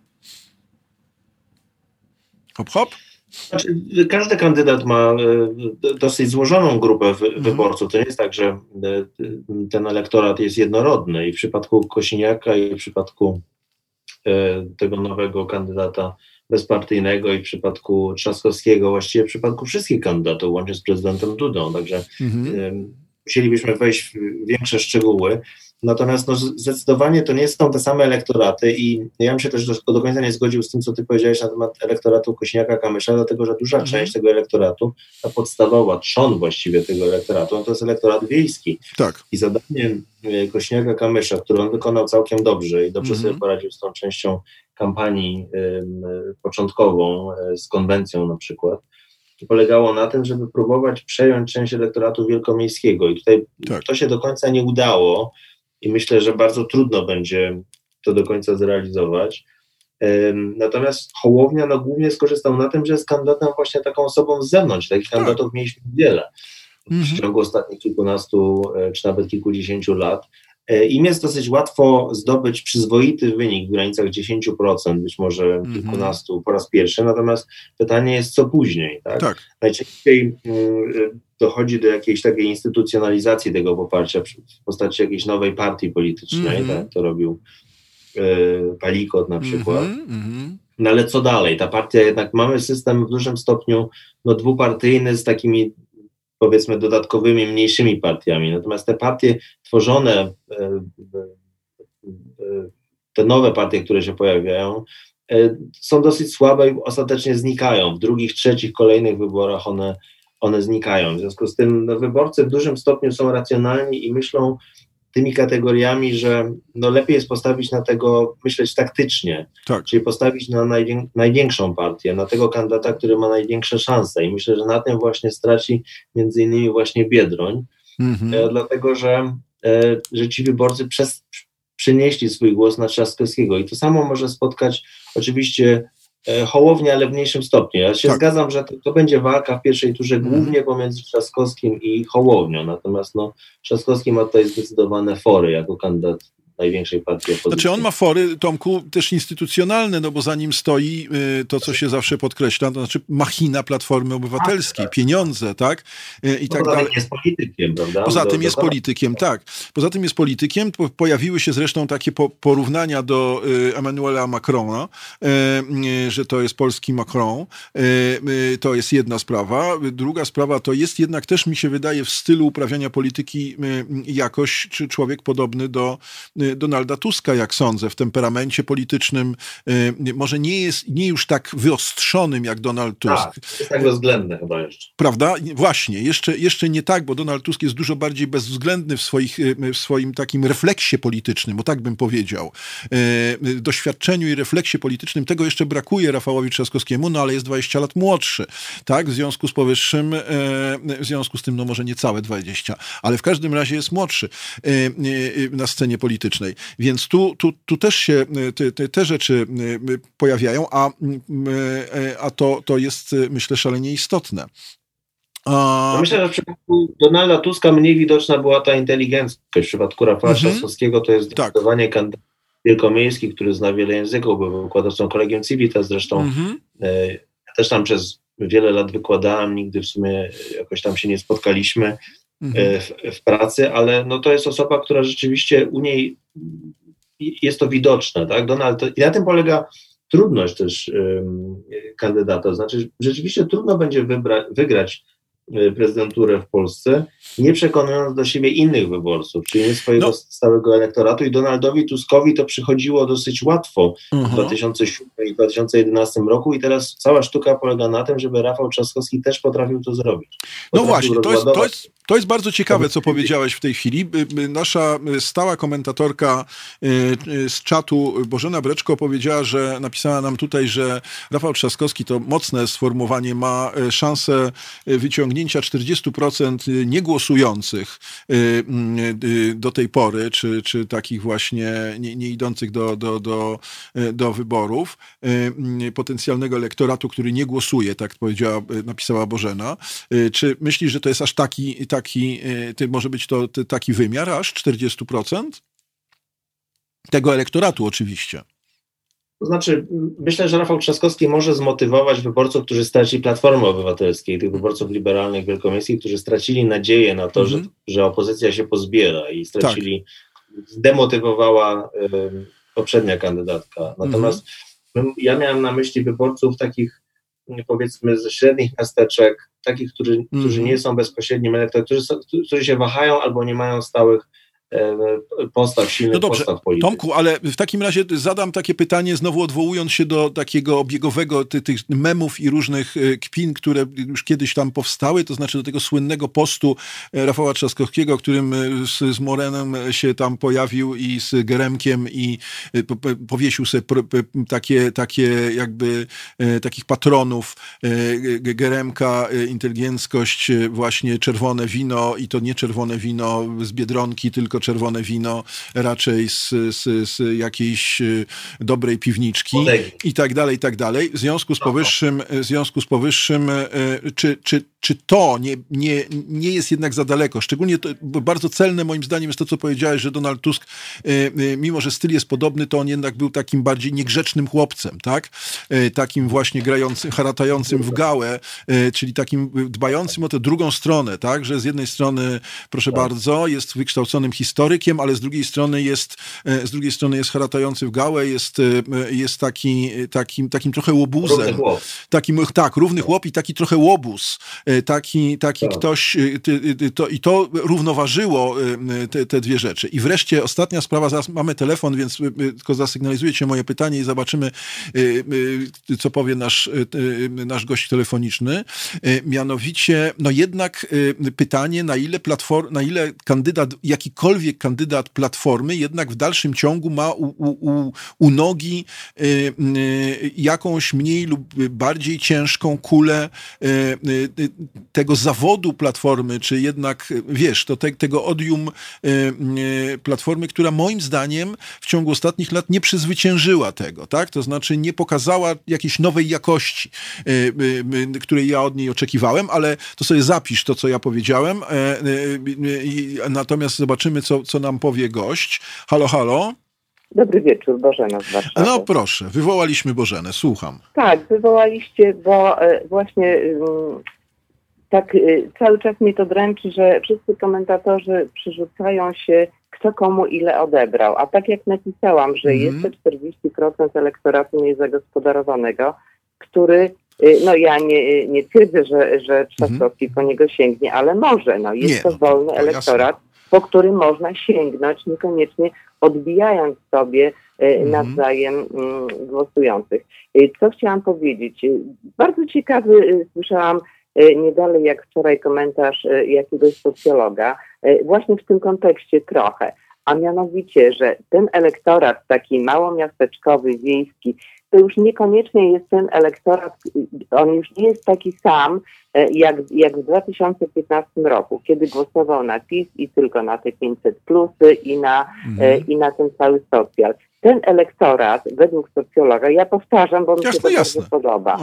Hop, hop. Znaczy, każdy kandydat ma dosyć złożoną grupę wyborców. To nie jest tak, że ten elektorat jest jednorodny i w przypadku Kosiniaka i w przypadku tego nowego kandydata bezpartyjnego i w przypadku Trzaskowskiego, właściwie w przypadku wszystkich kandydatów, łącznie z prezydentem Dudą. Także musielibyśmy wejść w większe szczegóły. Natomiast zdecydowanie to nie są te same elektoraty i ja bym się też do końca nie zgodził z tym, co ty powiedziałeś na temat elektoratu Kosiniaka-Kamysza, dlatego że duża część tego elektoratu, ta podstawowa, trzon właściwie tego elektoratu, to jest elektorat wiejski. Tak. I zadaniem Kosiniaka-Kamysza, który on wykonał całkiem dobrze i dobrze sobie poradził z tą częścią kampanii początkową, z konwencją na przykład, polegało na tym, żeby próbować przejąć część elektoratu wielkomiejskiego i tutaj to się do końca nie udało i myślę, że bardzo trudno będzie to do końca zrealizować. Natomiast Hołownia głównie skorzystał na tym, że jest kandydatem właśnie taką osobą z zewnątrz. Takich kandydatów mieliśmy wiele w ciągu ostatnich kilkunastu czy nawet kilkudziesięciu lat. Im jest dosyć łatwo zdobyć przyzwoity wynik w granicach 10%, być może kilkunastu po raz pierwszy, natomiast pytanie jest, co później. Tak? Najczęściej dochodzi do jakiejś takiej instytucjonalizacji tego poparcia w postaci jakiejś nowej partii politycznej, tak to robił Palikot na przykład. No ale co dalej? Ta partia jednak, mamy system w dużym stopniu dwupartyjny z takimi powiedzmy dodatkowymi, mniejszymi partiami. Natomiast te partie tworzone, te nowe partie, które się pojawiają, są dosyć słabe i ostatecznie znikają. W drugich, trzecich, kolejnych wyborach one znikają. W związku z tym wyborcy w dużym stopniu są racjonalni i myślą tymi kategoriami, że lepiej jest postawić na tego, myśleć taktycznie, czyli postawić na największą partię, na tego kandydata, który ma największe szanse i myślę, że na tym właśnie straci między innymi właśnie Biedroń, dlatego, że ci wyborcy przenieśli swój głos na Trzaskowskiego i to samo może spotkać oczywiście Hołownię, ale w mniejszym stopniu. Ja się zgadzam, że to będzie walka w pierwszej turze głównie pomiędzy Trzaskowskim i Hołownią, natomiast Trzaskowski ma tutaj zdecydowane fory jako kandydat największej partii opozycji. Znaczy on ma fory, Tomku, też instytucjonalne, bo za nim stoi to, co się zawsze podkreśla, to znaczy machina Platformy Obywatelskiej, pieniądze, tak? I tak dalej. Jest politykiem, prawda? Poza tym jest politykiem, tak. Poza tym jest politykiem. Pojawiły się zresztą takie porównania do Emmanuela Macrona, że to jest polski Macron. To jest jedna sprawa. Druga sprawa to jest jednak też, mi się wydaje, w stylu uprawiania polityki jakoś czy człowiek podobny do Donalda Tuska, jak sądzę, w temperamencie politycznym, może nie już tak wyostrzonym jak Donald Tusk. Tak, jest tak bezwzględny chyba jeszcze. Prawda? Właśnie, jeszcze nie tak, bo Donald Tusk jest dużo bardziej bezwzględny w swoim takim refleksie politycznym, bo tak bym powiedział. Doświadczeniu i refleksie politycznym tego jeszcze brakuje Rafałowi Trzaskowskiemu, ale jest 20 lat młodszy. Tak? W związku z powyższym, w związku z tym, może niecałe 20, ale w każdym razie jest młodszy na scenie politycznej. Więc tu też się te rzeczy pojawiają, a to jest, myślę, szalenie istotne. Myślę, że w przypadku Donalda Tuska mniej widoczna była ta inteligencja. W przypadku Rafała Trzaskowskiego to jest zdecydowanie kandydat wielkomiejski, który zna wiele języków, był wykładowcą Collegium Civitas zresztą. Ja też tam przez wiele lat wykładałem, nigdy w sumie jakoś tam się nie spotkaliśmy w pracy, ale to jest osoba, która rzeczywiście u niej jest to widoczne, tak? I na tym polega trudność też kandydata, znaczy rzeczywiście trudno będzie wygrać prezydenturę w Polsce, nie przekonując do siebie innych wyborców, czyli nie swojego stałego elektoratu i Donaldowi Tuskowi to przychodziło dosyć łatwo w 2007 i 2011 roku i teraz cała sztuka polega na tym, żeby Rafał Trzaskowski też potrafił to zrobić. Właśnie, to jest bardzo ciekawe, co powiedziałeś w tej chwili. Nasza stała komentatorka z czatu Bożena Breczko napisała nam tutaj, że Rafał Trzaskowski, to mocne sformułowanie, ma szansę wyciągnięcia 40% niegłosujących do tej pory, czy takich właśnie nie idących do wyborów, potencjalnego elektoratu, który nie głosuje, tak napisała Bożena. Czy myślisz, że to jest aż może być to taki wymiar, aż 40%? Tego elektoratu oczywiście. To znaczy, myślę, że Rafał Trzaskowski może zmotywować wyborców, którzy stracili Platformy Obywatelskiej, tych wyborców liberalnych, wielkomiejskich, którzy stracili nadzieję na to, że opozycja się pozbiera i zdemotywowała poprzednia kandydatka. Natomiast Ja miałem na myśli wyborców takich, powiedzmy, ze średnich miasteczek, takich, którzy nie są bezpośrednim elektoratem, którzy się wahają albo nie mają stałych postaw, silnych postaw politycznych. Tomku, ale w takim razie zadam takie pytanie, znowu odwołując się do takiego obiegowego tych memów i różnych kpin, które już kiedyś tam powstały, to znaczy do tego słynnego postu Rafała Trzaskowskiego, którym z Morenem się tam pojawił i z Geremkiem i powiesił sobie takie jakby takich patronów Geremka, inteligenckość, właśnie czerwone wino i to nie czerwone wino z Biedronki, tylko czerwone wino raczej z jakiejś dobrej piwniczki i tak dalej, i tak dalej. W związku z powyższym czy to nie jest jednak za daleko? Szczególnie to, bardzo celne moim zdaniem jest to, co powiedziałeś, że Donald Tusk, mimo że styl jest podobny, to on jednak był takim bardziej niegrzecznym chłopcem, tak? Takim właśnie grającym, haratającym w gałę, czyli takim dbającym o tę drugą stronę, tak? Że z jednej strony, proszę bardzo, jest wykształconym historykiem, ale z drugiej strony jest haratający w gałę, jest takim trochę łobuzem. Równy chłop i taki trochę łobuz. Taki ktoś, to równoważyło te dwie rzeczy. I wreszcie ostatnia sprawa, zaraz mamy telefon, więc tylko zasygnalizujecie moje pytanie i zobaczymy, co powie nasz gość telefoniczny. Mianowicie, no jednak pytanie, na ile jakikolwiek kandydat Platformy jednak w dalszym ciągu ma u nogi jakąś mniej lub bardziej ciężką kulę tego zawodu Platformy, czy jednak, wiesz, tego odium Platformy, która moim zdaniem w ciągu ostatnich lat nie przezwyciężyła tego, tak? To znaczy nie pokazała jakiejś nowej jakości, której ja od niej oczekiwałem, ale to sobie zapisz to, co ja powiedziałem. Natomiast zobaczymy, co nam powie gość. Halo, halo? Dobry wieczór, Bożena z Warszawy. No proszę, wywołaliśmy Bożenę, słucham. Tak, wywołaliście, bo właśnie tak cały czas mnie to dręczy, że wszyscy komentatorzy przerzucają się, kto komu ile odebrał. A tak jak napisałam, że jest to 40% elektoratu niezagospodarowanego, który, no ja nie twierdzę, że Trzaskowski po niego sięgnie, ale może. No, jest to wolny elektorat, po który można sięgnąć, niekoniecznie odbijając sobie nawzajem głosujących. Co chciałam powiedzieć? Bardzo ciekawy słyszałam nie dalej jak wczoraj komentarz jakiegoś socjologa, właśnie w tym kontekście trochę, a mianowicie, że ten elektorat taki małomiasteczkowy, wiejski, to już niekoniecznie jest ten elektorat, on już nie jest taki sam jak w 2015 roku, kiedy głosował na PiS i tylko na te 500 plusy i na ten cały socjal. Ten elektorat, według socjologa, ja powtarzam, bo mi się to bardzo podoba,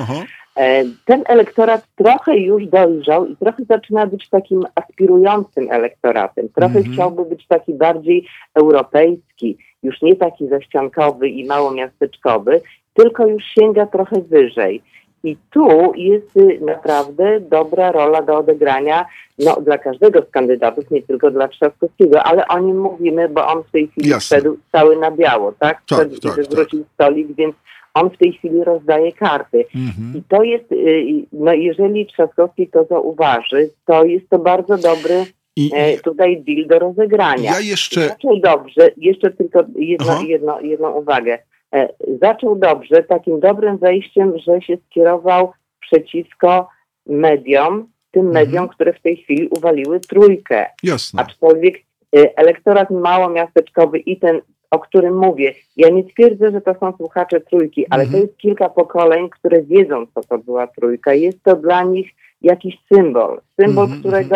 ten elektorat trochę już dojrzał i trochę zaczyna być takim aspirującym elektoratem. Trochę chciałby być taki bardziej europejski, już nie taki zaściankowy i małomiasteczkowy, tylko już sięga trochę wyżej. I tu jest naprawdę dobra rola do odegrania dla każdego z kandydatów, nie tylko dla Trzaskowskiego, ale o nim mówimy, bo on w tej chwili wszedł cały na biało, tak? Zwrócił stolik, więc on w tej chwili rozdaje karty. I to jest, jeżeli Trzaskowski to zauważy, to jest to bardzo dobry tutaj deal do rozegrania. Zaczął dobrze, jeszcze tylko jedną uwagę. Zaczął dobrze, takim dobrym wejściem, że się skierował przeciwko mediom, tym mediom, które w tej chwili uwaliły trójkę. Jasne. Aczkolwiek elektorat małomiasteczkowy i ten, o którym mówię, ja nie twierdzę, że to są słuchacze trójki, ale to jest kilka pokoleń, które wiedzą, co to była trójka. Jest to dla nich jakiś symbol, którego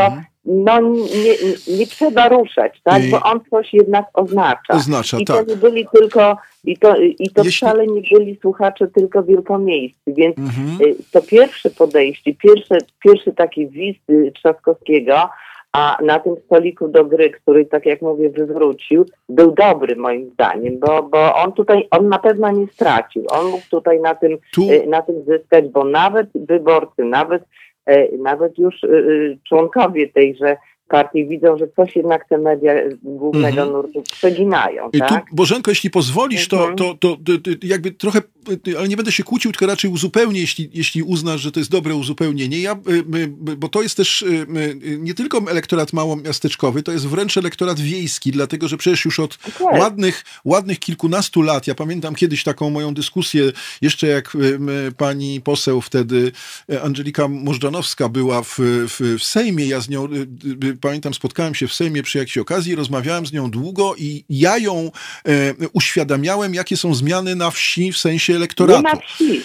nie trzeba ruszać, tak? Bo on coś jednak oznacza. I to nie byli tylko, wcale nie byli słuchacze tylko wielkomiejscy, więc to pierwsze podejście, pierwszy taki wizd Trzaskowskiego, a na tym stoliku do gry, który, tak jak mówię, wywrócił, był dobry moim zdaniem, bo on na pewno nie stracił. On mógł tutaj na tym zyskać, bo nawet wyborcy, nawet już członkowie tejże partii widzą, że coś jednak te media głównego nurtu przeginają. Tak? Tu, Bożenko, jeśli pozwolisz, to jakby trochę ale nie będę się kłócił, tylko raczej uzupełnię, jeśli uznasz, że to jest dobre uzupełnienie. Bo to jest też nie tylko elektorat małomiasteczkowy, to jest wręcz elektorat wiejski, dlatego że przecież już od ładnych kilkunastu lat, ja pamiętam kiedyś taką moją dyskusję, jeszcze jak pani poseł wtedy Andżelika Możdżanowska była w Sejmie, ja z nią, pamiętam, spotkałem się w Sejmie przy jakiejś okazji, rozmawiałem z nią długo i ja ją uświadamiałem, jakie są zmiany na wsi w sensie elektoratu. Nie ma wsi.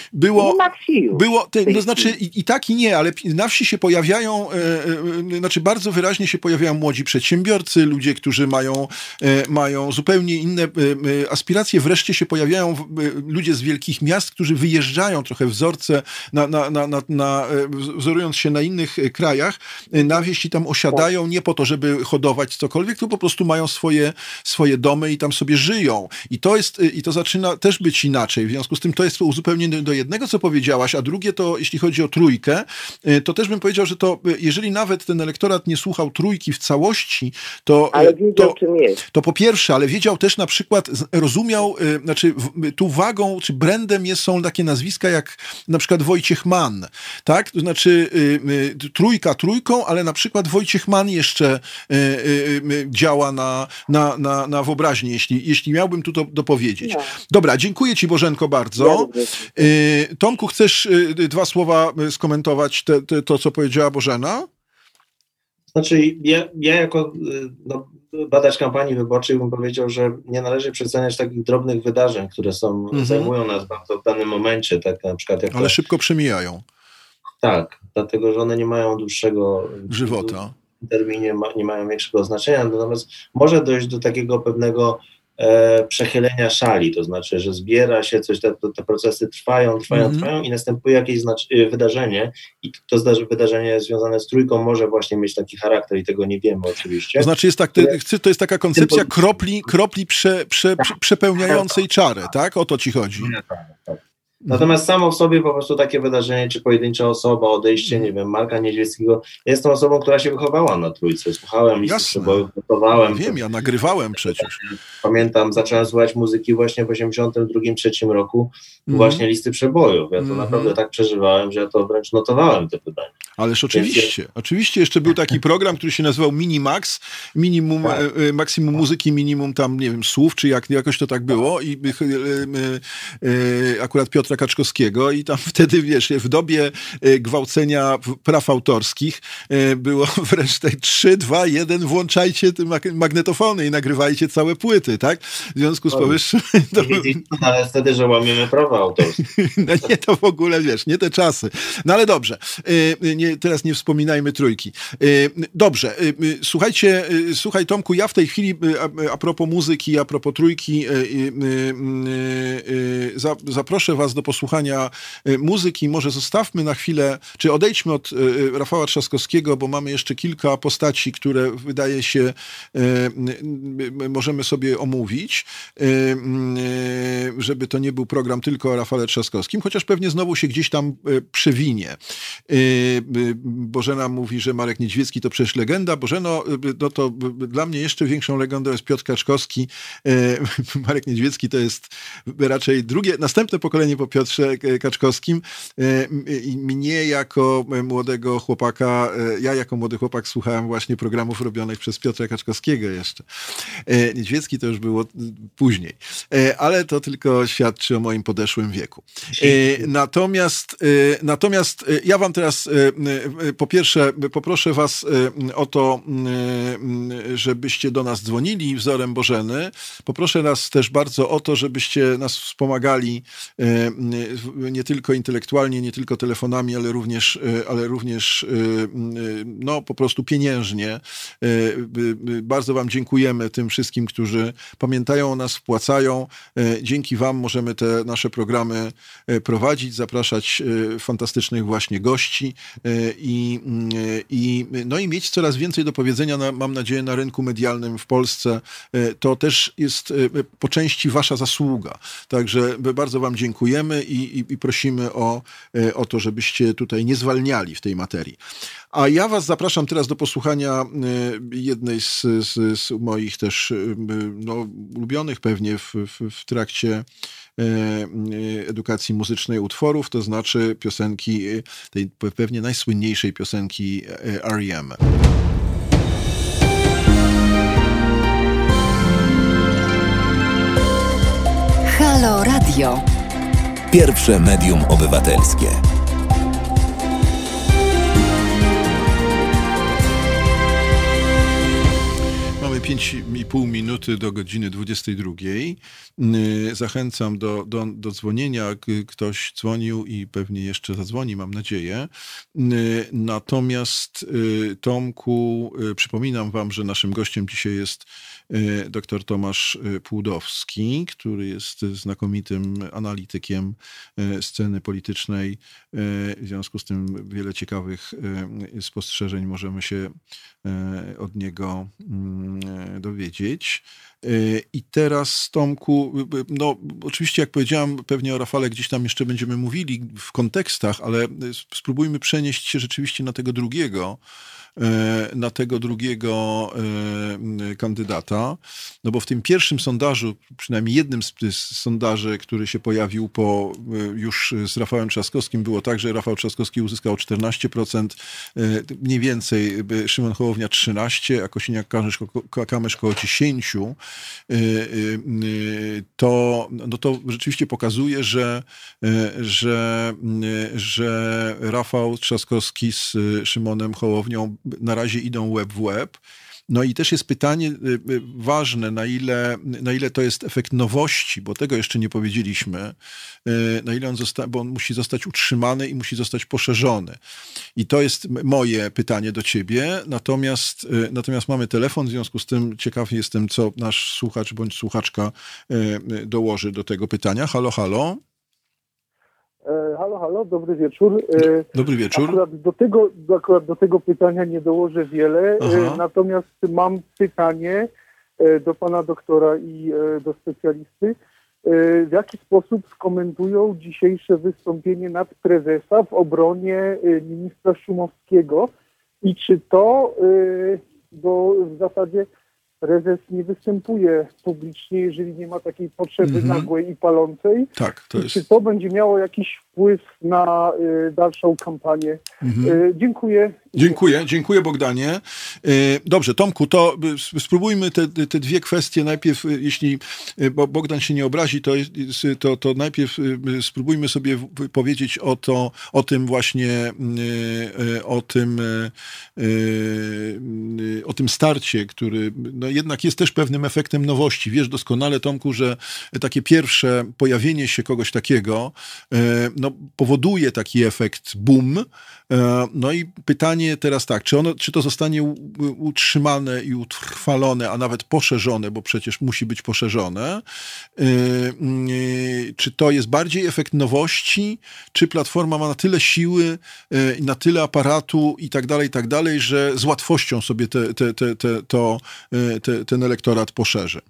To znaczy i tak i nie, ale na wsi się pojawiają, znaczy bardzo wyraźnie się pojawiają młodzi przedsiębiorcy, ludzie, którzy mają zupełnie inne aspiracje. Wreszcie się pojawiają ludzie z wielkich miast, którzy wyjeżdżają trochę wzorce, wzorując się na innych krajach, na wieś i tam osiadają nie po to, żeby hodować cokolwiek, tylko po prostu mają swoje domy i tam sobie żyją. I to zaczyna też być inaczej. W związku z tym to jest uzupełnienie do jednego, co powiedziałaś, a drugie to, jeśli chodzi o trójkę, to też bym powiedział, że to, jeżeli nawet ten elektorat nie słuchał trójki w całości, ale wiedział, czym jest. To po pierwsze, ale wiedział też na przykład, rozumiał, znaczy tu wagą, czy brandem są takie nazwiska jak na przykład Wojciech Mann, tak? To znaczy trójka trójką, ale na przykład Wojciech Mann jeszcze działa na wyobraźnię, jeśli miałbym tu to dopowiedzieć. No. Dobra, dziękuję ci, Bożenko, bardzo. Tomku, chcesz 2 słowa skomentować to, co powiedziała Bożena? Znaczy, ja jako badacz kampanii wyborczej bym powiedział, że nie należy przeceniać takich drobnych wydarzeń, które zajmują nas bardzo w danym momencie, tak na przykład jak ale szybko przemijają. Tak, dlatego, że one nie mają dłuższego żywota. W terminie nie mają większego znaczenia, natomiast może dojść do takiego pewnego przechylenia szali, to znaczy, że zbiera się coś, te procesy trwają i następuje jakieś wydarzenie i to wydarzenie związane z trójką może właśnie mieć taki charakter i tego nie wiemy oczywiście. To znaczy to jest taka koncepcja kropli przepełniającej czarę, tak? O to ci chodzi. Tak. Natomiast samo w sobie po prostu takie wydarzenie, czy pojedyncza osoba, odejście, nie wiem, Marka Niedźwieckiego, ja jestem osobą, która się wychowała na Trójce, słuchałem Listy Przebojów, gotowałem. Wiem, ja nagrywałem przecież. Pamiętam, zacząłem słuchać muzyki właśnie w 1982-1983 roku, właśnie Listy Przebojów. Ja to naprawdę tak przeżywałem, że ja to wręcz notowałem te pytania. Ależ oczywiście jeszcze był taki program, który się nazywał Minimax, maksimum muzyki, minimum tam, nie wiem, słów, czy jakoś to tak było i akurat Piotra Kaczkowskiego i tam wtedy, wiesz, w dobie gwałcenia praw autorskich było wręcz tak 3, 2, 1, włączajcie te magnetofony i nagrywajcie całe płyty, tak? W związku z powyższym... Ale wtedy, że łamiemy prawa autorskie. No nie, to w ogóle, wiesz, nie te czasy. No ale dobrze, teraz nie wspominajmy Trójki. Dobrze, słuchaj Tomku, ja w tej chwili a propos muzyki, a propos Trójki zaproszę was do posłuchania muzyki. Może zostawmy na chwilę, czy odejdźmy od Rafała Trzaskowskiego, bo mamy jeszcze kilka postaci, które wydaje się możemy sobie omówić, żeby to nie był program tylko o Rafale Trzaskowskim, chociaż pewnie znowu się gdzieś tam przewinie. Bożena mówi, że Marek Niedźwiecki to przecież legenda. Bożeno, no to dla mnie jeszcze większą legendą jest Piotr Kaczkowski. Marek Niedźwiecki to jest raczej następne pokolenie po Piotrze Kaczkowskim. Mnie jako młodego chłopaka, ja jako młody chłopak słuchałem właśnie programów robionych przez Piotra Kaczkowskiego jeszcze. Niedźwiecki to już było później. Ale to tylko świadczy o moim podeszłym wieku. Natomiast ja wam teraz po pierwsze poproszę was o to, żebyście do nas dzwonili wzorem Bożeny. Poproszę nas też bardzo o to, żebyście nas wspomagali nie tylko intelektualnie, nie tylko telefonami, ale również no po prostu pieniężnie. Bardzo wam dziękujemy tym wszystkim, którzy pamiętają o nas, wpłacają. Dzięki wam możemy te nasze programy prowadzić, zapraszać fantastycznych właśnie gości i mieć coraz więcej do powiedzenia, mam nadzieję, na rynku medialnym w Polsce. To też jest po części wasza zasługa. Także bardzo wam dziękujemy i prosimy o to, żebyście tutaj nie zwalniali w tej materii. A ja was zapraszam teraz do posłuchania jednej z moich też ulubionych pewnie w trakcie edukacji muzycznej utworów, to znaczy piosenki, tej pewnie najsłynniejszej piosenki R.E.M. Halo Radio. Pierwsze medium obywatelskie. Mamy 5,5 minuty do godziny 22. Zachęcam do dzwonienia. Ktoś dzwonił i pewnie jeszcze zadzwoni, mam nadzieję. Natomiast Tomku, przypominam wam, że naszym gościem dzisiaj jest dr Tomasz Płudowski, który jest znakomitym analitykiem sceny politycznej. W związku z tym wiele ciekawych spostrzeżeń możemy się od niego dowiedzieć. I teraz, Tomku, no oczywiście jak powiedziałem, pewnie o Rafale gdzieś tam jeszcze będziemy mówili w kontekstach, ale spróbujmy przenieść się rzeczywiście na tego drugiego kandydata, no bo w tym pierwszym sondażu, przynajmniej jednym z sondaży, który się pojawił już z Rafałem Trzaskowskim, było tak, że Rafał Trzaskowski uzyskał 14%, mniej więcej Szymon Hołownia 13%, a Kosiniak-Kamysz koło 10%, to rzeczywiście pokazuje, że Rafał Trzaskowski z Szymonem Hołownią na razie idą łeb w łeb. No i też jest pytanie ważne, na ile to jest efekt nowości, bo tego jeszcze nie powiedzieliśmy, na ile bo on musi zostać utrzymany i musi zostać poszerzony. I to jest moje pytanie do ciebie, natomiast mamy telefon, w związku z tym ciekaw jestem, co nasz słuchacz bądź słuchaczka dołoży do tego pytania. Halo, halo. Halo, dobry wieczór. Dobry wieczór. Akurat do tego pytania nie dołożę wiele, natomiast mam pytanie do pana doktora i do specjalisty. W jaki sposób skomentują dzisiejsze wystąpienie nadprezesa w obronie ministra Szumowskiego i czy to, bo w zasadzie prezes nie występuje publicznie, jeżeli nie ma takiej potrzeby nagłej i palącej. Tak, to jest... Czy to będzie miało jakiś wpływ na dalszą kampanię? Dziękuję. Dziękuję Bogdanie. Dobrze, Tomku, to spróbujmy te dwie kwestie najpierw, jeśli Bogdan się nie obrazi, to najpierw spróbujmy sobie powiedzieć o tym właśnie, o tym starcie, który no jednak jest też pewnym efektem nowości. Wiesz doskonale, Tomku, że takie pierwsze pojawienie się kogoś takiego no, powoduje taki efekt boom. No i pytanie teraz tak, czy to zostanie utrzymane i utrwalone, a nawet poszerzone, bo przecież musi być poszerzone, czy to jest bardziej efekt nowości, czy Platforma ma na tyle siły i na tyle aparatu i tak dalej, że z łatwością sobie ten elektorat poszerzy?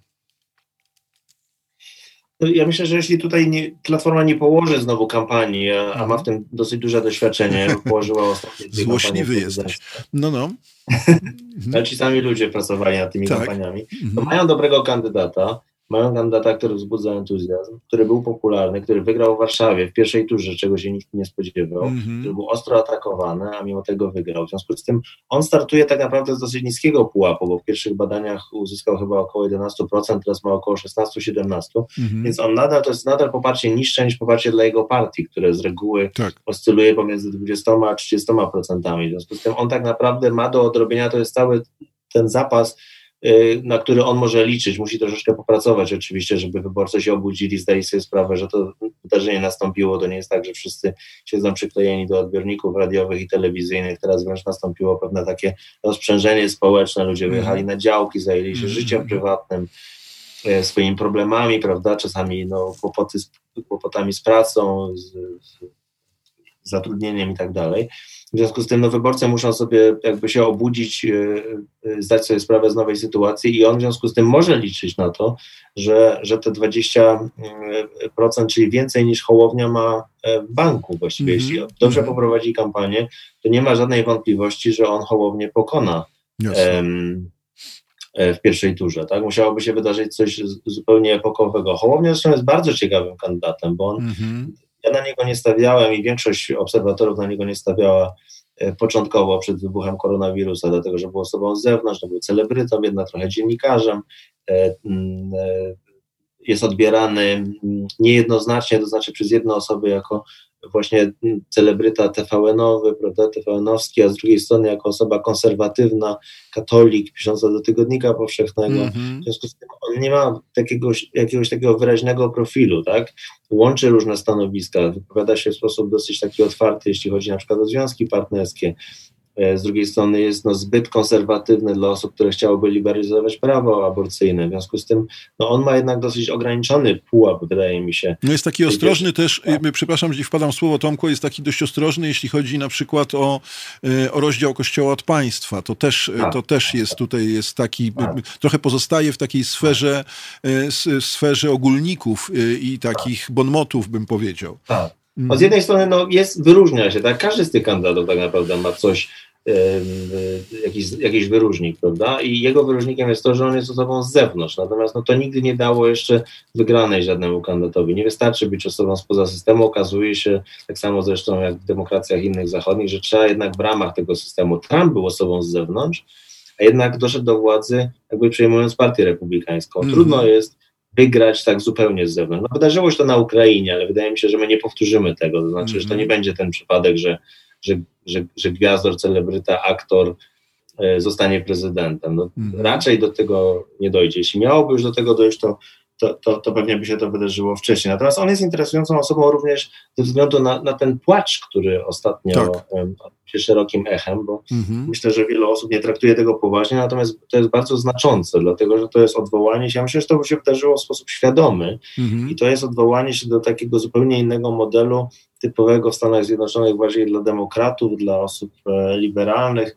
Ja myślę, że jeśli tutaj Platforma nie położy znowu kampanii, a ma w tym dosyć duże doświadczenie, położyła ostatnie dwie kampanie. Złośliwy jesteś. No. Ale ci sami ludzie pracowali nad tymi kampaniami. To mają dobrego kandydata, który wzbudza entuzjazm, który był popularny, który wygrał w Warszawie w pierwszej turze, czego się nikt nie spodziewał, który był ostro atakowany, a mimo tego wygrał. W związku z tym on startuje tak naprawdę z dosyć niskiego pułapu, bo w pierwszych badaniach uzyskał chyba około 11%, teraz ma około 16-17%, więc to jest nadal poparcie niższe niż poparcie dla jego partii, które z reguły oscyluje pomiędzy 20 a 30%. W związku z tym on tak naprawdę ma do odrobienia, to jest cały ten zapas, na który on może liczyć, musi troszeczkę popracować oczywiście, żeby wyborcy się obudzili, zdali sobie sprawę, że to wydarzenie nastąpiło, to nie jest tak, że wszyscy siedzą przyklejeni do odbiorników radiowych i telewizyjnych, teraz wręcz nastąpiło pewne takie rozprzężenie społeczne, ludzie wyjechali na działki, zajęli się życiem prywatnym, swoimi problemami, prawda, czasami kłopotami z pracą, z zatrudnieniem i tak dalej. W związku z tym wyborcy muszą sobie jakby się obudzić, zdać sobie sprawę z nowej sytuacji i on w związku z tym może liczyć na to, że te 20%, czyli więcej niż Hołownia ma w banku właściwie. Jeśli dobrze poprowadzi kampanię, to nie ma żadnej wątpliwości, że on Hołownię pokona w pierwszej turze, tak? Musiałoby się wydarzyć coś zupełnie epokowego. Hołownia zresztą jest bardzo ciekawym kandydatem, bo ja na niego nie stawiałem i większość obserwatorów na niego nie stawiała początkowo przed wybuchem koronawirusa, dlatego że był osobą z zewnątrz, był celebrytą, jednak trochę dziennikarzem, jest odbierany niejednoznacznie, to znaczy przez jedne osoby jako właśnie celebryta TVN-owy, prawda, TVN-owski, a z drugiej strony jako osoba konserwatywna, katolik, pisząca do Tygodnika Powszechnego. W związku z tym on nie ma jakiegoś takiego wyraźnego profilu, tak? Łączy różne stanowiska, wypowiada się w sposób dosyć taki otwarty, jeśli chodzi na przykład o związki partnerskie. Z drugiej strony jest zbyt konserwatywny dla osób, które chciałyby liberalizować prawo aborcyjne. W związku z tym on ma jednak dosyć ograniczony pułap, wydaje mi się. Jest taki ostrożny też, przepraszam, że wpadam w słowo, Tomku, jest taki dość ostrożny, jeśli chodzi na przykład o rozdział Kościoła od państwa. To też jest tutaj, jest taki, trochę pozostaje w takiej sferze ogólników i takich bonmotów, bym powiedział. Tak. Z jednej strony wyróżnia się, tak? Każdy z tych kandydatów tak naprawdę ma coś, jakiś wyróżnik, prawda? I jego wyróżnikiem jest to, że on jest osobą z zewnątrz, natomiast to nigdy nie dało jeszcze wygranej żadnemu kandydatowi. Nie wystarczy być osobą spoza systemu, okazuje się, tak samo zresztą jak w demokracjach innych zachodnich, że trzeba jednak w ramach tego systemu. Trump był osobą z zewnątrz, a jednak doszedł do władzy jakby przejmując partię republikańską. Trudno jest wygrać tak zupełnie z zewnątrz. Wydarzyło się to na Ukrainie, ale wydaje mi się, że my nie powtórzymy tego, to znaczy, że to nie będzie ten przypadek, że gwiazdor, celebryta, aktor zostanie prezydentem. Raczej do tego nie dojdzie. Jeśli miałoby już do tego dojść, to pewnie by się to wydarzyło wcześniej. Natomiast on jest interesującą osobą również ze względu na ten płacz, który ostatnio się szerokim echem, bo myślę, że wiele osób nie traktuje tego poważnie, natomiast to jest bardzo znaczące, dlatego że to jest odwołanie się, ja myślę, że to się wydarzyło w sposób świadomy i to jest odwołanie się do takiego zupełnie innego modelu typowego w Stanach Zjednoczonych bardziej dla demokratów, dla osób liberalnych,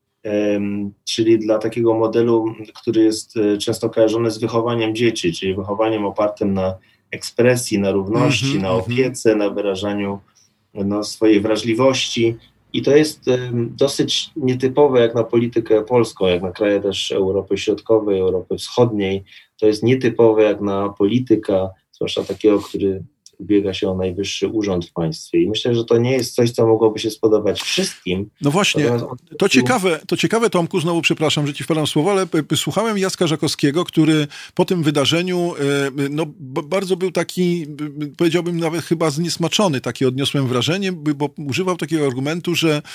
czyli dla takiego modelu, który jest często kojarzony z wychowaniem dzieci, czyli wychowaniem opartym na ekspresji, na równości, na opiece, na wyrażaniu swojej wrażliwości. I to jest dosyć nietypowe jak na politykę polską, jak na kraje też Europy Środkowej, Europy Wschodniej. To jest nietypowe jak na polityka, zwłaszcza takiego, który ubiega się o najwyższy urząd w państwie. I myślę, że to nie jest coś, co mogłoby się spodobać wszystkim. No właśnie, to ciekawe, Tomku, znowu przepraszam, że ci wpadam w słowo, ale słuchałem Jacka Żakowskiego, który po tym wydarzeniu bardzo był taki, powiedziałbym nawet chyba zniesmaczony, takie odniosłem wrażenie, bo używał takiego argumentu,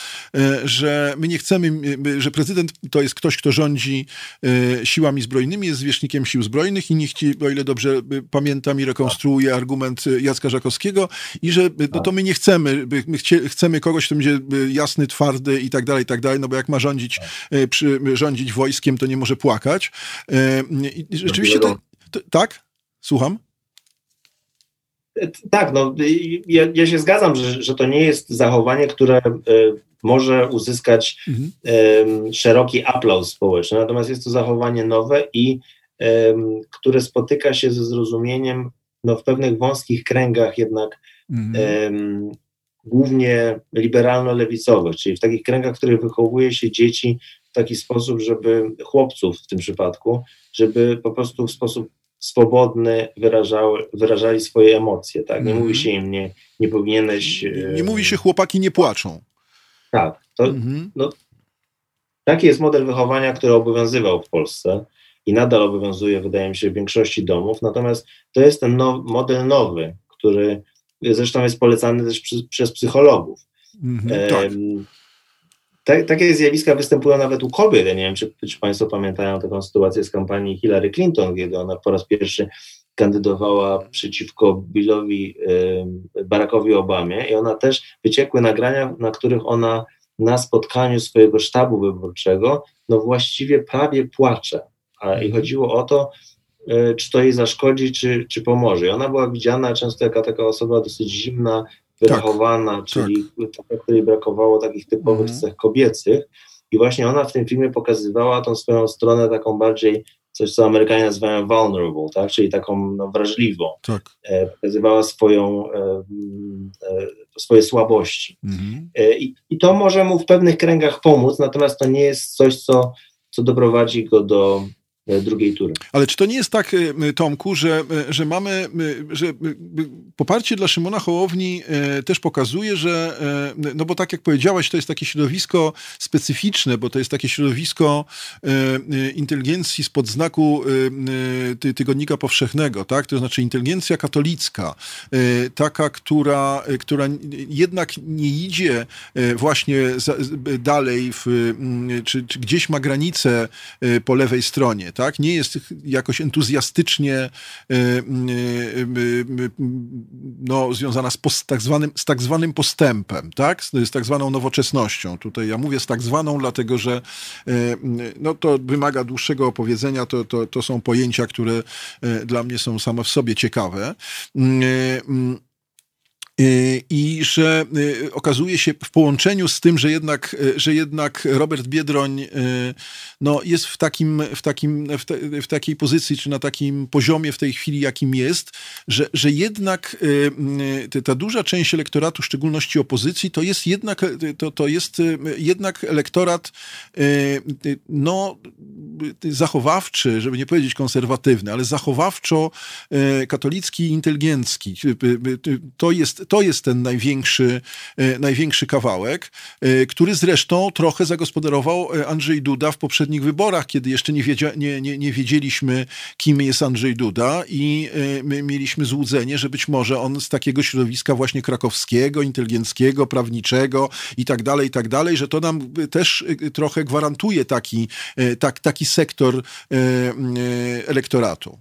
że my nie chcemy, że prezydent to jest ktoś, kto rządzi siłami zbrojnymi, jest zwierzchnikiem sił zbrojnych i niech ci, o ile dobrze pamiętam i rekonstruuję argument Jacka Żakowskiego i że to my nie chcemy, my chcemy kogoś, kto będzie jasny, twardy i tak dalej, no bo jak ma rządzić wojskiem, to nie może płakać. I rzeczywiście tak? Słucham? Tak, ja się zgadzam, że to nie jest zachowanie, które może uzyskać szeroki aplauz społeczny, natomiast jest to zachowanie nowe i które spotyka się ze zrozumieniem w pewnych wąskich kręgach jednak głównie liberalno-lewicowych, czyli w takich kręgach, w których wychowuje się dzieci w taki sposób, żeby chłopców w tym przypadku, żeby po prostu w sposób swobodny wyrażali swoje emocje. Tak? Nie mówi się im, nie powinieneś... Nie mówi się, chłopaki nie płaczą. Tak. Taki jest model wychowania, który obowiązywał w Polsce i nadal obowiązuje, wydaje mi się, w większości domów. Natomiast to jest ten model nowy, który zresztą jest polecany też przez psychologów. Takie zjawiska występują nawet u kobiet. Ja nie wiem, czy Państwo pamiętają taką sytuację z kampanii Hillary Clinton, kiedy ona po raz pierwszy kandydowała przeciwko Barackowi Obamie i ona też wyciekły nagrania, na których ona na spotkaniu swojego sztabu wyborczego właściwie prawie płacze. I chodziło o to, czy to jej zaszkodzi, czy pomoże. I ona była widziana często jako taka osoba dosyć zimna, wyrachowana, czyli taka, której brakowało takich typowych cech kobiecych. I właśnie ona w tym filmie pokazywała tą swoją stronę taką bardziej, coś co Amerykanie nazywają vulnerable, tak? Czyli taką wrażliwą. Tak. Pokazywała swoje słabości. I to może mu w pewnych kręgach pomóc, natomiast to nie jest coś, co doprowadzi go do drugiej tury. Ale czy to nie jest tak, Tomku, że mamy, że poparcie dla Szymona Hołowni też pokazuje, że, no bo tak jak powiedziałaś, to jest takie środowisko specyficzne, bo to jest takie środowisko inteligencji spod znaku Tygodnika Powszechnego, tak? To znaczy inteligencja katolicka, taka, która jednak nie idzie właśnie dalej, czy gdzieś ma granicę po lewej stronie, tak? Nie jest jakoś entuzjastycznie związana z tak zwanym postępem, tak? Z tak zwaną nowoczesnością. Tutaj ja mówię z tak zwaną, dlatego że to wymaga dłuższego opowiedzenia, to są pojęcia, które dla mnie są same w sobie ciekawe. I że okazuje się w połączeniu z tym, że jednak Robert Biedroń jest w takiej pozycji, czy na takim poziomie w tej chwili, jakim jest, że jednak ta duża część elektoratu, w szczególności opozycji, to jest jednak elektorat zachowawczy, żeby nie powiedzieć konserwatywny, ale zachowawczo katolicki i inteligencki. To jest ten największy kawałek, który zresztą trochę zagospodarował Andrzej Duda w poprzednich wyborach, kiedy jeszcze nie wiedzieliśmy, kim jest Andrzej Duda i my mieliśmy złudzenie, że być może on z takiego środowiska właśnie krakowskiego, inteligenckiego, prawniczego i tak dalej, że to nam też trochę gwarantuje taki sektor elektoratu.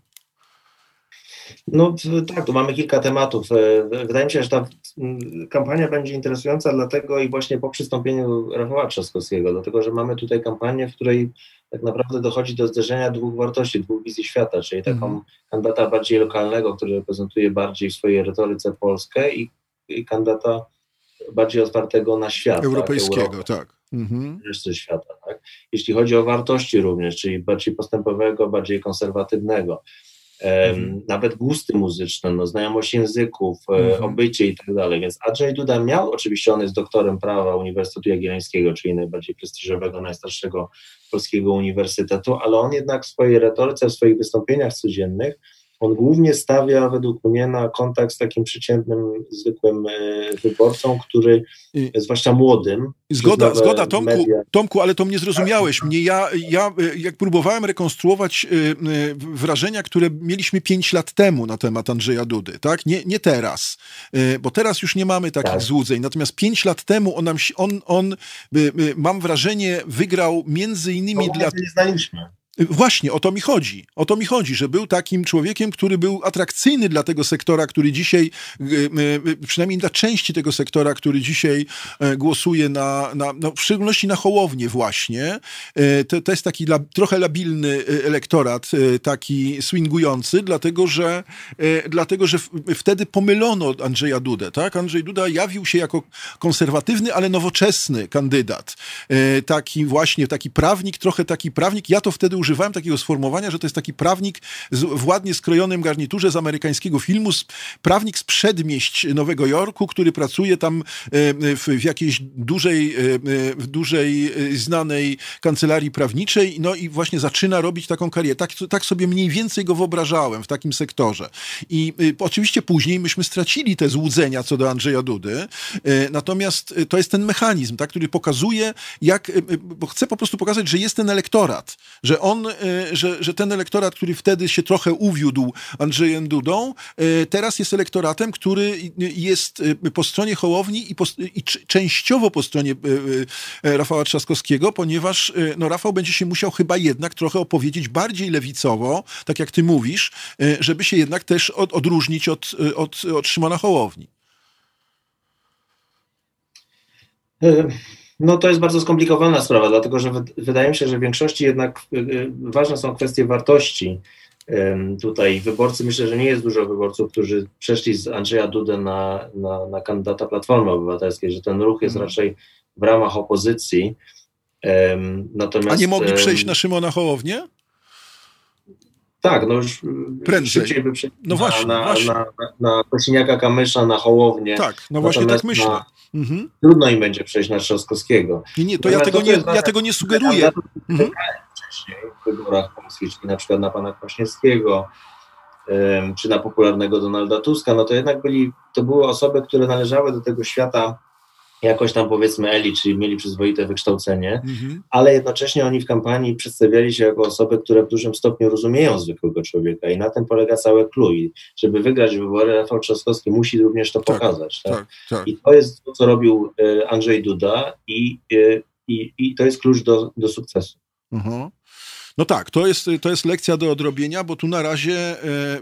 No tak, tu mamy kilka tematów. Wydaje mi się, że ta kampania będzie interesująca dlatego i właśnie po przystąpieniu Rafała Trzaskowskiego, dlatego że mamy tutaj kampanię, w której tak naprawdę dochodzi do zderzenia dwóch wartości, dwóch wizji świata, czyli taką kandydata bardziej lokalnego, który reprezentuje bardziej w swojej retoryce Polskę i kandydata bardziej otwartego na świat. Europejskiego, tak. Reszty świata, tak. Jeśli chodzi o wartości również, czyli bardziej postępowego, bardziej konserwatywnego. Nawet gusty muzyczne, znajomość języków, obycie i tak dalej. Więc Andrzej Duda oczywiście on jest doktorem prawa Uniwersytetu Jagiellońskiego, czyli najbardziej prestiżowego, najstarszego polskiego uniwersytetu, ale on jednak w swojej retoryce, w swoich wystąpieniach codziennych, on głównie stawia według mnie na kontakt z takim przeciętnym, zwykłym wyborcą, który, zwłaszcza młodym. Zgoda, Tomku, ale to mnie zrozumiałeś. Ja jak próbowałem rekonstruować wrażenia, które mieliśmy 5 lat temu na temat Andrzeja Dudy, tak? Nie teraz, bo teraz już nie mamy takich złudzeń. Natomiast 5 lat temu on mam wrażenie, wygrał między innymi nie znaliśmy. Właśnie, o to mi chodzi, że był takim człowiekiem, który był atrakcyjny dla tego sektora, który dzisiaj, przynajmniej dla części tego sektora, który dzisiaj głosuje w szczególności na Hołownię właśnie. To jest taki trochę labilny elektorat, taki swingujący, dlatego że wtedy pomylono Andrzeja Dudę, tak? Andrzej Duda jawił się jako konserwatywny, ale nowoczesny kandydat. Taki prawnik, trochę taki prawnik. Ja to wtedy używałem takiego sformułowania, że to jest taki prawnik w ładnie skrojonym garniturze z amerykańskiego filmu, prawnik z przedmieść Nowego Jorku, który pracuje tam w jakiejś dużej znanej kancelarii prawniczej, i właśnie zaczyna robić taką karierę. Tak sobie mniej więcej go wyobrażałem w takim sektorze. I oczywiście później myśmy stracili te złudzenia co do Andrzeja Dudy, natomiast to jest ten mechanizm, tak, który pokazuje, bo chcę po prostu pokazać, że jest ten elektorat, że ten elektorat, który wtedy się trochę uwiódł Andrzejem Dudą, teraz jest elektoratem, który jest po stronie Hołowni i częściowo po stronie Rafała Trzaskowskiego, ponieważ Rafał będzie się musiał chyba jednak trochę opowiedzieć bardziej lewicowo, tak jak ty mówisz, żeby się jednak też odróżnić od Szymona Hołowni. To jest bardzo skomplikowana sprawa, dlatego że wydaje mi się, że w większości jednak ważne są kwestie wartości. Tutaj wyborcy, myślę, że nie jest dużo wyborców, którzy przeszli z Andrzeja Dudy na kandydata Platformy Obywatelskiej, że ten ruch jest raczej w ramach opozycji. Natomiast, a nie mogli przejść na Szymona Hołownię? Tak, już prędzej. Szybciej by przejść właśnie. Na Kosiniaka-Kamysza, na Hołownię. Tak, właśnie tak myślę. Trudno im będzie przejść na Trzaskowskiego. Nie, to ja tego nie sugeruję. wcześniej w wyborach polskich, czyli na przykład na pana Kwaśniewskiego, czy na popularnego Donalda Tuska, no to jednak to były osoby, które należały do tego świata jakoś tam powiedzmy elit, czyli mieli przyzwoite wykształcenie, ale jednocześnie oni w kampanii przedstawiali się jako osoby, które w dużym stopniu rozumieją zwykłego człowieka i na tym polega całe clue. I żeby wygrać wybory, Rafał Trzaskowski musi również to pokazać. Tak? I to jest to, co robił Andrzej Duda i to jest klucz do sukcesu. No tak, to jest lekcja do odrobienia, bo tu na razie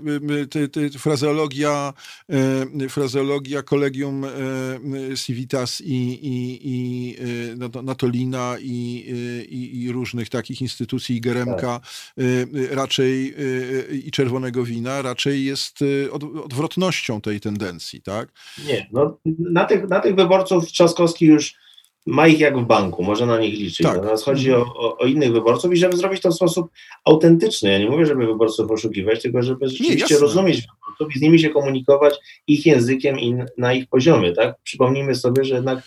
frazeologia Collegium Civitas i Natolina i różnych takich instytucji, i Geremka raczej i Czerwonego Wina raczej jest odwrotnością tej tendencji, tak? Nie, no na tych wyborców Trzaskowski już ma ich jak w banku, może na nich liczyć. Tak. Natomiast chodzi o innych wyborców i żeby zrobić to w sposób autentyczny. Ja nie mówię, żeby wyborców oszukiwać, tylko żeby rzeczywiście rozumieć wyborców i z nimi się komunikować ich językiem i na ich poziomie. Tak? Przypomnijmy sobie, że jednak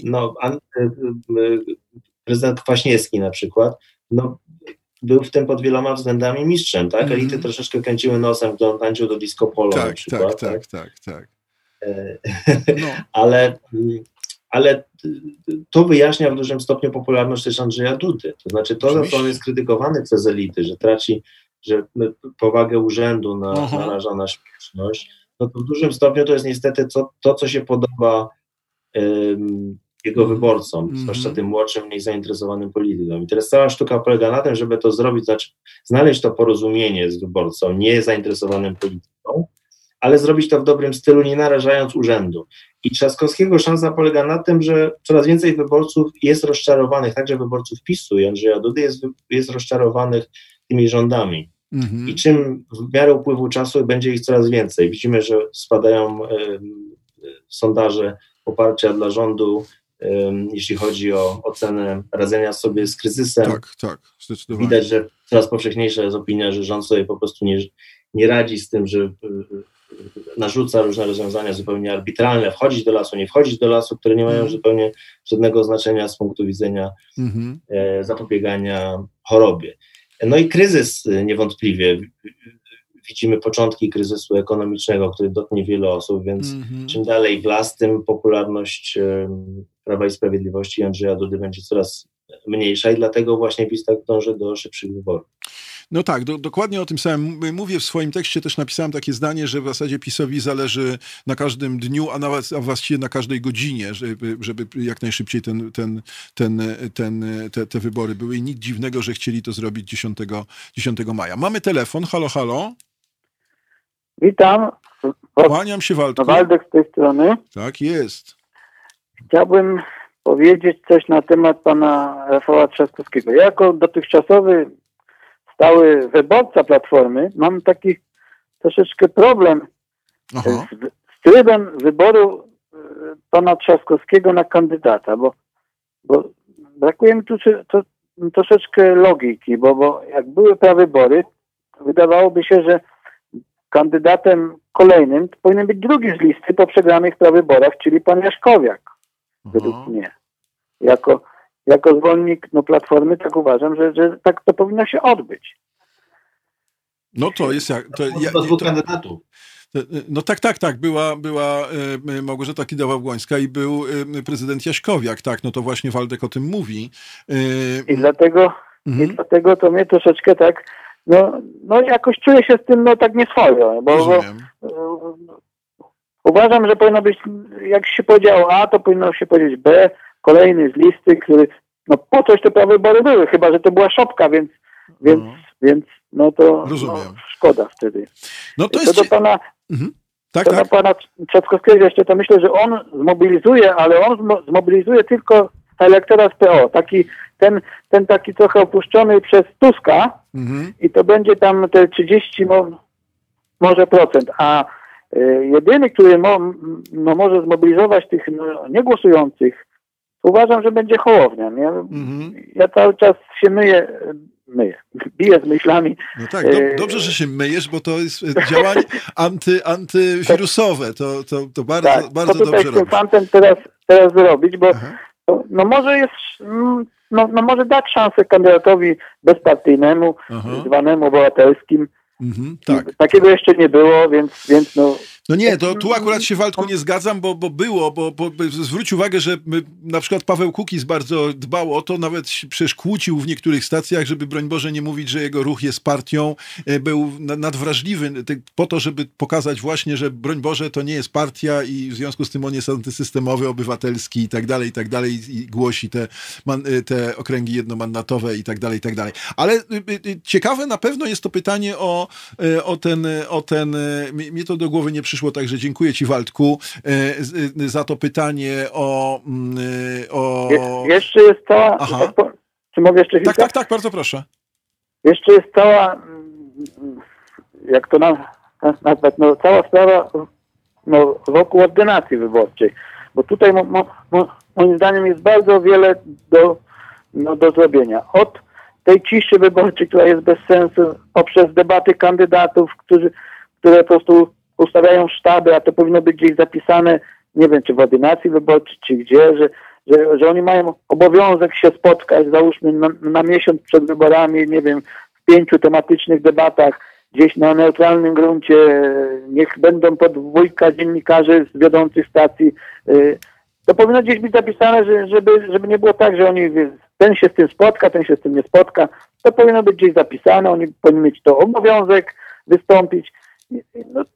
prezydent Kwaśniewski na przykład był w tym pod wieloma względami mistrzem. Tak? Elity troszeczkę kręciły nosem, gdy on tańczył do disco polo na przykład. Tak. Ale to wyjaśnia w dużym stopniu popularność też Andrzeja Dudy. To znaczy to, że on jest krytykowany przez elity, że traci powagę urzędu, naraża na śmieszność, no to w dużym stopniu to jest niestety to co się podoba jego wyborcom, zwłaszcza tym młodszym, mniej zainteresowanym politykom. I teraz cała sztuka polega na tym, żeby to zrobić, znaczy znaleźć to porozumienie z wyborcą, nie zainteresowanym polityką, ale zrobić to w dobrym stylu, nie narażając urzędu. I Trzaskowskiego szansa polega na tym, że coraz więcej wyborców jest rozczarowanych, także wyborców PiS-u i Andrzeja Dudy jest rozczarowanych tymi rządami. I czym w miarę upływu czasu będzie ich coraz więcej. Widzimy, że spadają sondaże poparcia dla rządu, jeśli chodzi o ocenę radzenia sobie z kryzysem. Tak, zdecydowanie. Widać, że coraz powszechniejsza jest opinia, że rząd sobie po prostu nie radzi z tym, że narzuca różne rozwiązania zupełnie arbitralne, wchodzić do lasu, nie wchodzić do lasu, które nie mają zupełnie żadnego znaczenia z punktu widzenia zapobiegania chorobie. No i kryzys niewątpliwie. Widzimy początki kryzysu ekonomicznego, który dotknie wiele osób, więc czym dalej w las, tym popularność Prawa i Sprawiedliwości i Andrzeja Dudy będzie coraz mniejsza i dlatego właśnie PiS tak dąży do szybszych wyborów. No tak, dokładnie o tym samym mówię w swoim tekście, też napisałem takie zdanie, że w zasadzie PiS-owi zależy na każdym dniu, a właściwie na każdej godzinie, żeby jak najszybciej te wybory były i nic dziwnego, że chcieli to zrobić 10 maja. Mamy telefon, halo? Witam. Kłaniam się, Waldku. Waldek z tej strony. Tak jest. Chciałbym powiedzieć coś na temat pana Rafała Trzaskowskiego. Ja jako dotychczasowy stały wyborca Platformy mam taki troszeczkę problem z trybem wyboru pana Trzaskowskiego na kandydata, bo brakuje mi tu troszeczkę logiki, bo jak były prawybory, wydawałoby się, że kandydatem kolejnym powinien być drugi z listy po przegranych prawyborach, czyli pan Jaśkowiak, według mnie. Jako zwolennik Platformy tak uważam, że tak to powinno się odbyć. No to jest jak... To dwóch kandydatów. No tak. Była Małgorzata Kidawa-Błońska i był prezydent Jaśkowiak. Tak, no to właśnie Waldek o tym mówi. I dlatego to mnie troszeczkę tak... No jakoś czuję się z tym tak nieswojo, bo uważam, że powinno być, jak się powiedziało A, to powinno się powiedzieć B, kolejny z listy, który, po coś te prawybory były, chyba że to była szopka, więc to szkoda wtedy. No to jest... do pana, do pana Trzaskowskiego jeszcze to myślę, że on zmobilizuje, ale on zmobilizuje tylko elektorat z PO, ten taki trochę opuszczony przez Tuska i to będzie tam te 30 może procent, a jedyny, który może zmobilizować tych niegłosujących, uważam, że będzie Hołownia. Ja cały czas się biję z myślami. No tak, dobrze, że się myjesz, bo to jest działanie antywirusowe. To bardzo, tak, bardzo dobrze robisz. Co tutaj z tym fantem teraz zrobić, bo może jest może dać szansę kandydatowi bezpartyjnemu, zwanemu obywatelskim. Tak. Takiego jeszcze nie było, więc No nie, to tu akurat się, Waldku, nie zgadzam, bo zwróć uwagę, że na przykład Paweł Kukiz bardzo dbał o to, nawet przecież kłócił w niektórych stacjach, żeby broń Boże nie mówić, że jego ruch jest partią, był nadwrażliwy po to, żeby pokazać właśnie, że broń Boże to nie jest partia i w związku z tym on jest antysystemowy, obywatelski i tak dalej i głosi te okręgi jednomandatowe i tak dalej. Ale ciekawe na pewno jest to pytanie o ten mnie to do głowy nie przyszło, także dziękuję Ci, Waldku, za to pytanie o... Jeszcze jest cała... Czy mogę jeszcze chwilkę? Tak, bardzo proszę. Jeszcze jest cała, jak to nazwać, cała sprawa wokół ordynacji wyborczej, bo tutaj moim zdaniem jest bardzo wiele do zrobienia. Od tej ciszy wyborczej, która jest bez sensu, poprzez debaty kandydatów, które po prostu ustawiają sztaby, a to powinno być gdzieś zapisane, nie wiem, czy w ordynacji wyborczej, czy gdzie, że oni mają obowiązek się spotkać, załóżmy na miesiąc przed wyborami, nie wiem, w 5 tematycznych debatach, gdzieś na neutralnym gruncie, niech będą pod dwójka dziennikarzy z wiodących stacji. To powinno gdzieś być zapisane, żeby nie było tak, że oni, ten się z tym spotka, ten się z tym nie spotka. To powinno być gdzieś zapisane, oni powinni mieć to obowiązek wystąpić. No,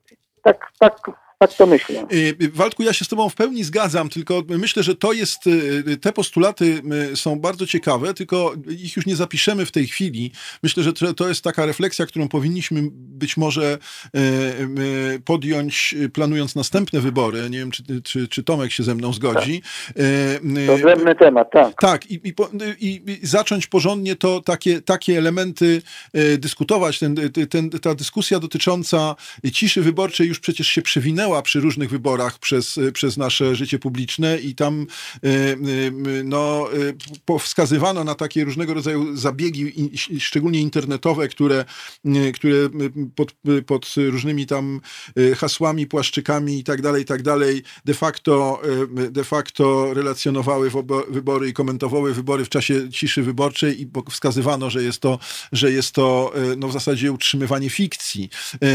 tak to myślę. Waldku, ja się z Tobą w pełni zgadzam, tylko myślę, że te postulaty są bardzo ciekawe, tylko ich już nie zapiszemy w tej chwili. Myślę, że to jest taka refleksja, którą powinniśmy być może podjąć, planując następne wybory. Nie wiem, czy Tomek się ze mną zgodzi. To odrębny temat, tak. Tak, i zacząć porządnie to takie elementy dyskutować. Ta dyskusja dotycząca ciszy wyborczej już przecież się przewinęła przy różnych wyborach przez nasze życie publiczne i tam wskazywano na takie różnego rodzaju zabiegi, szczególnie internetowe, które pod różnymi tam hasłami, płaszczykami i tak dalej, de facto relacjonowały wybory i komentowały wybory w czasie ciszy wyborczej i wskazywano, że jest to w zasadzie utrzymywanie fikcji.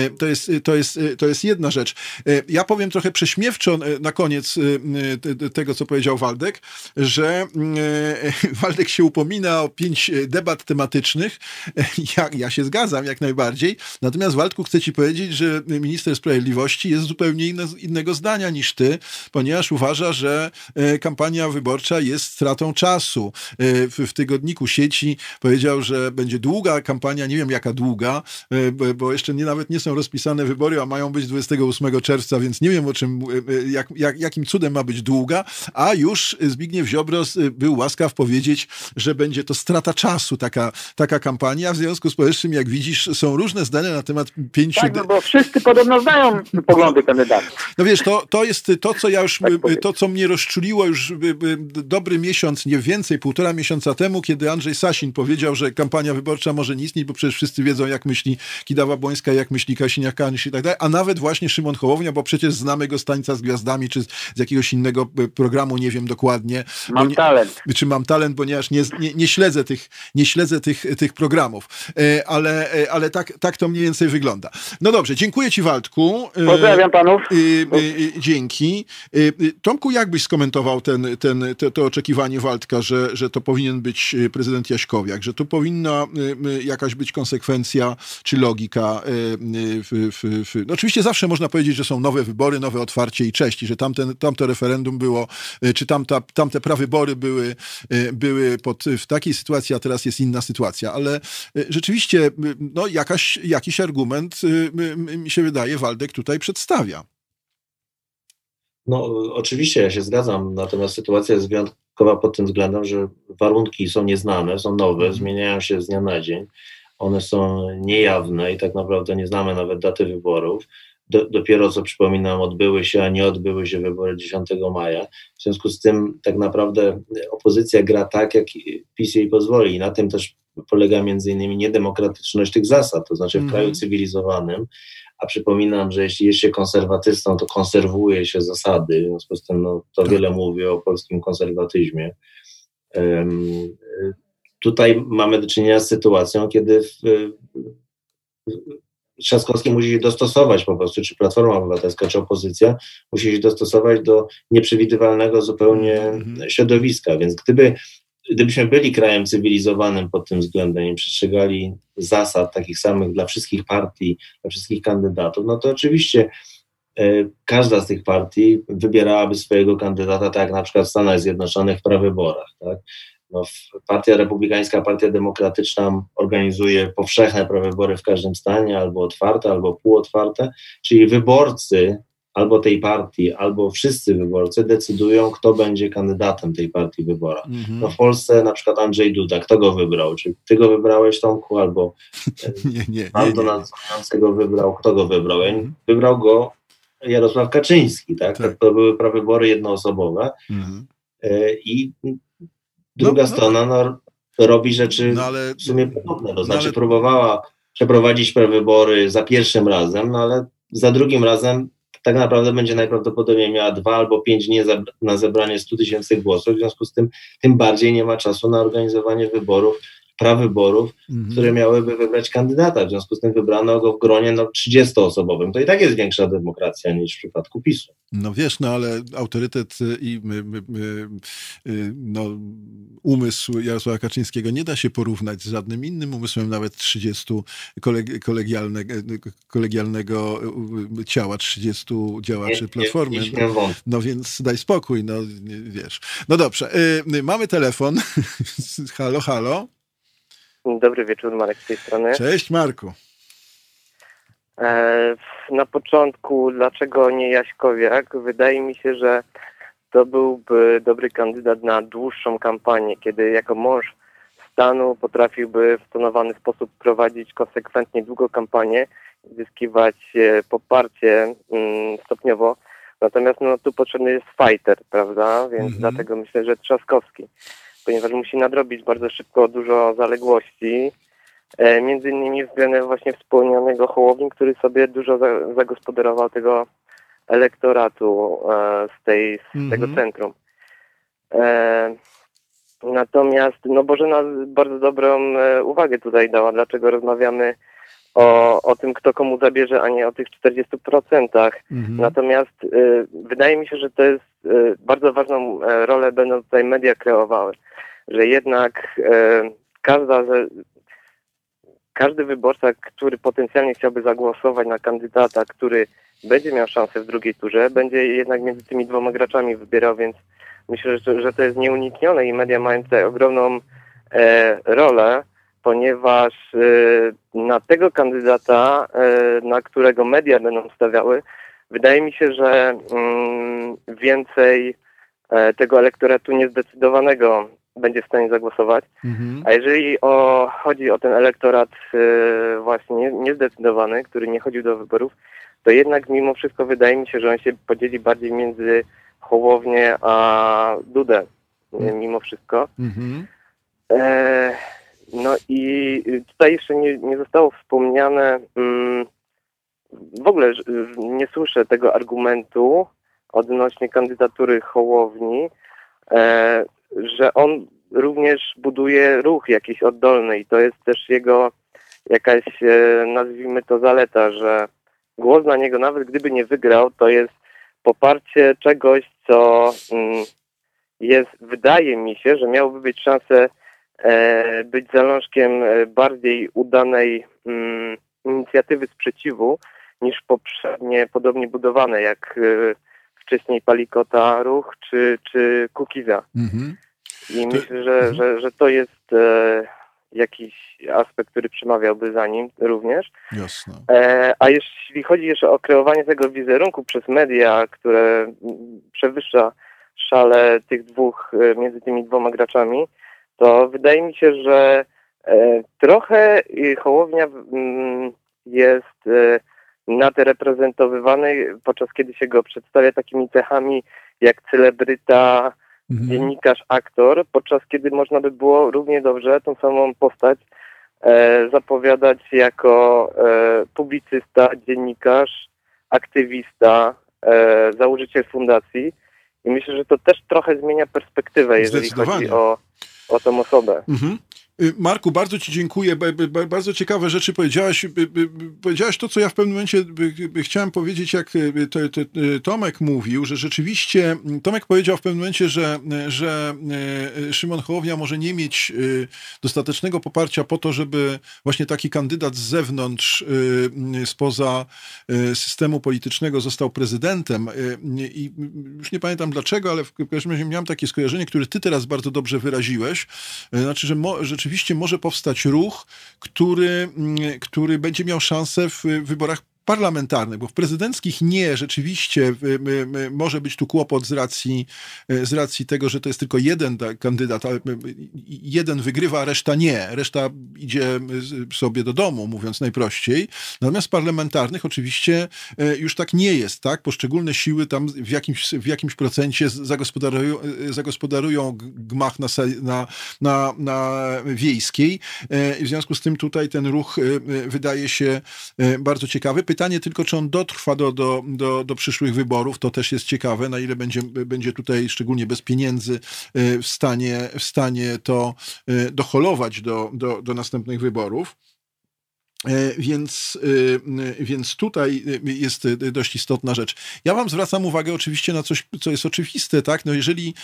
To jest jedna rzecz. Ja powiem trochę prześmiewczo na koniec tego, co powiedział Waldek, że Waldek się upomina o 5 debat tematycznych. Ja się zgadzam jak najbardziej. Natomiast, Waldku, chcę ci powiedzieć, że minister sprawiedliwości jest zupełnie innego zdania niż ty, ponieważ uważa, że kampania wyborcza jest stratą czasu. W tygodniku Sieci powiedział, że będzie długa kampania, nie wiem jaka długa, bo jeszcze nawet nie są rozpisane wybory, a mają być 28 czerwca, więc nie wiem jakim cudem ma być długa, a już Zbigniew Ziobro był łaskaw powiedzieć, że będzie to strata czasu, taka kampania. W związku z powyższym, jak widzisz, są różne zdania na temat 5... Tak, bo wszyscy podobno znają poglądy kandydatów. No wiesz, to jest to, co ja już, to, co mnie rozczuliło już dobry miesiąc, nie więcej, 1,5 miesiąca temu, kiedy Andrzej Sasin powiedział, że kampania wyborcza może nie istnieć, bo przecież wszyscy wiedzą, jak myśli Kidawa-Błońska, jak myśli Kosiniak-Kamysz i tak dalej, a nawet właśnie Szymon Hołownia, bo przecież znamy go z Tańca z Gwiazdami, czy z jakiegoś innego programu, nie wiem dokładnie. Mam talent. Czy mam talent, ponieważ nie śledzę tych programów. Ale tak to mniej więcej wygląda. No dobrze, dziękuję ci, Waldku. Pozdrawiam panów. Dzięki. Tomku, jak byś skomentował to oczekiwanie Waldka, że to powinien być prezydent Jaśkowiak, że tu powinna jakaś być konsekwencja czy logika? No oczywiście zawsze można powiedzieć, że są nowe wybory, nowe otwarcie i cześć, i że tamto referendum było, czy tamte prawybory były w takiej sytuacji, a teraz jest inna sytuacja, ale rzeczywiście jakiś argument, mi się wydaje, Waldek tutaj przedstawia. No oczywiście ja się zgadzam, natomiast sytuacja jest wyjątkowa pod tym względem, że warunki są nieznane, są nowe, zmieniają się z dnia na dzień, one są niejawne i tak naprawdę nie znamy nawet daty wyborów. Dopiero co, przypominam, odbyły się, a nie odbyły się wybory 10 maja. W związku z tym tak naprawdę opozycja gra tak, jak PiS jej pozwoli i na tym też polega między innymi niedemokratyczność tych zasad, to znaczy w kraju cywilizowanym, a przypominam, że jeśli jest się konserwatystą, to konserwuje się zasady, w związku z tym to wiele mówi o polskim konserwatyzmie. Tutaj mamy do czynienia z sytuacją, kiedy Trzaskowski musi się dostosować po prostu, czy Platforma Obywatelska, czy opozycja musi się dostosować do nieprzewidywalnego zupełnie środowiska, więc gdybyśmy byli krajem cywilizowanym pod tym względem i przestrzegali zasad takich samych dla wszystkich partii, dla wszystkich kandydatów, no to oczywiście każda z tych partii wybierałaby swojego kandydata, tak jak na przykład w Stanach Zjednoczonych w prawyborach, tak? No, Partia Republikańska, Partia Demokratyczna organizuje powszechne prawybory w każdym stanie, albo otwarte, albo półotwarte, czyli wyborcy albo tej partii, albo wszyscy wyborcy decydują, kto będzie kandydatem tej partii w wyborach. No w Polsce na przykład Andrzej Duda, kto go wybrał? Czy ty go wybrałeś, Tomku, albo pan Donald go wybrał? Kto go wybrał? Wybrał go Jarosław Kaczyński, tak? To były prawybory jednoosobowe i druga strona robi rzeczy w sumie podobne, to znaczy próbowała przeprowadzić prawybory za pierwszym razem, ale za drugim razem tak naprawdę będzie najprawdopodobniej miała 2 albo 5 dni na zebranie 100 000 głosów, w związku z tym bardziej nie ma czasu na organizowanie wyborów, prawyborów, które miałyby wybrać kandydata, w związku z tym wybrano go w gronie 30-osobowym. To i tak jest większa demokracja niż w przypadku PiS-u. No wiesz, ale autorytet i umysł Jarosława Kaczyńskiego nie da się porównać z żadnym innym umysłem, nawet 30 kolegialnego ciała, 30 działaczy Platformy. No więc daj spokój, wiesz. No dobrze, mamy telefon. Halo, halo. Dobry wieczór, Marek z tej strony. Cześć, Marku. Na początku, dlaczego nie Jaśkowiak? Wydaje mi się, że to byłby dobry kandydat na dłuższą kampanię, kiedy jako mąż stanu potrafiłby w tonowany sposób prowadzić konsekwentnie długą kampanię, zyskiwać poparcie stopniowo. Natomiast tu potrzebny jest fighter, prawda? Więc dlatego myślę, że Trzaskowski, ponieważ musi nadrobić bardzo szybko dużo zaległości, między innymi względem właśnie wspomnianego Hołowni, który sobie dużo zagospodarował tego elektoratu z tego centrum. Natomiast Bożena bardzo dobrą uwagę tutaj dała, dlaczego rozmawiamy o tym, kto komu zabierze, a nie o tych 40%. Natomiast wydaje mi się, że to jest bardzo ważną rolę będą tutaj media kreowały, że jednak każdy wyborca, który potencjalnie chciałby zagłosować na kandydata, który będzie miał szansę w drugiej turze, będzie jednak między tymi dwoma graczami wybierał, więc myślę, że to jest nieuniknione i media mają tutaj ogromną rolę, ponieważ na tego kandydata, na którego media będą stawiały, wydaje mi się, że więcej tego elektoratu niezdecydowanego będzie w stanie zagłosować. A jeżeli chodzi o ten elektorat właśnie niezdecydowany, który nie chodził do wyborów, to jednak mimo wszystko wydaje mi się, że on się podzieli bardziej między Hołownię a Dudę. Mimo wszystko. No i tutaj jeszcze nie zostało wspomniane, w ogóle nie słyszę tego argumentu odnośnie kandydatury Hołowni, że on również buduje ruch jakiś oddolny i to jest też jego jakaś, nazwijmy to, zaleta, że głos na niego, nawet gdyby nie wygrał, to jest poparcie czegoś, co wydaje mi się, że miałoby być szansę być zalążkiem bardziej udanej inicjatywy sprzeciwu niż poprzednie podobnie budowane, jak wcześniej Palikota Ruch czy Kukiza. I myślę, że to jest jakiś aspekt, który przemawiałby za nim również. Jasne. A jeśli chodzi jeszcze o kreowanie tego wizerunku przez media, które przewyższa szale tych dwóch, między tymi dwoma graczami, to wydaje mi się, że trochę Hołownia jest nadreprezentowywany, podczas kiedy się go przedstawia takimi cechami jak celebryta, dziennikarz, aktor, podczas kiedy można by było równie dobrze tą samą postać zapowiadać jako publicysta, dziennikarz, aktywista, założyciel fundacji i myślę, że to też trochę zmienia perspektywę, jeżeli chodzi o tą osobę. Mhm. Marku, bardzo ci dziękuję. Bardzo ciekawe rzeczy powiedziałeś. Powiedziałeś to, co ja w pewnym momencie chciałem powiedzieć, jak Tomek mówił, że rzeczywiście Tomek powiedział w pewnym momencie, że Szymon Hołownia może nie mieć dostatecznego poparcia po to, żeby właśnie taki kandydat z zewnątrz, spoza systemu politycznego został prezydentem. I już nie pamiętam dlaczego, ale w każdym razie miałem takie skojarzenie, które ty teraz bardzo dobrze wyraziłeś. Znaczy, że rzeczywiście może powstać ruch, który będzie miał szansę w wyborach parlamentarnych, bo w prezydenckich nie, rzeczywiście może być tu kłopot z racji tego, że to jest tylko jeden kandydat, ale jeden wygrywa, a reszta nie. Reszta idzie sobie do domu, mówiąc najprościej. Natomiast parlamentarnych oczywiście już tak nie jest, tak? Poszczególne siły tam w jakimś procencie zagospodarują gmach na wiejskiej. W związku z tym tutaj ten ruch wydaje się bardzo ciekawy. Pytanie tylko, czy on dotrwa do przyszłych wyborów, to też jest ciekawe, na ile będzie tutaj, szczególnie bez pieniędzy, w stanie to doholować do następnych wyborów. Więc tutaj jest dość istotna rzecz. Ja wam zwracam uwagę oczywiście na coś, co jest oczywiste, tak? No jeżeli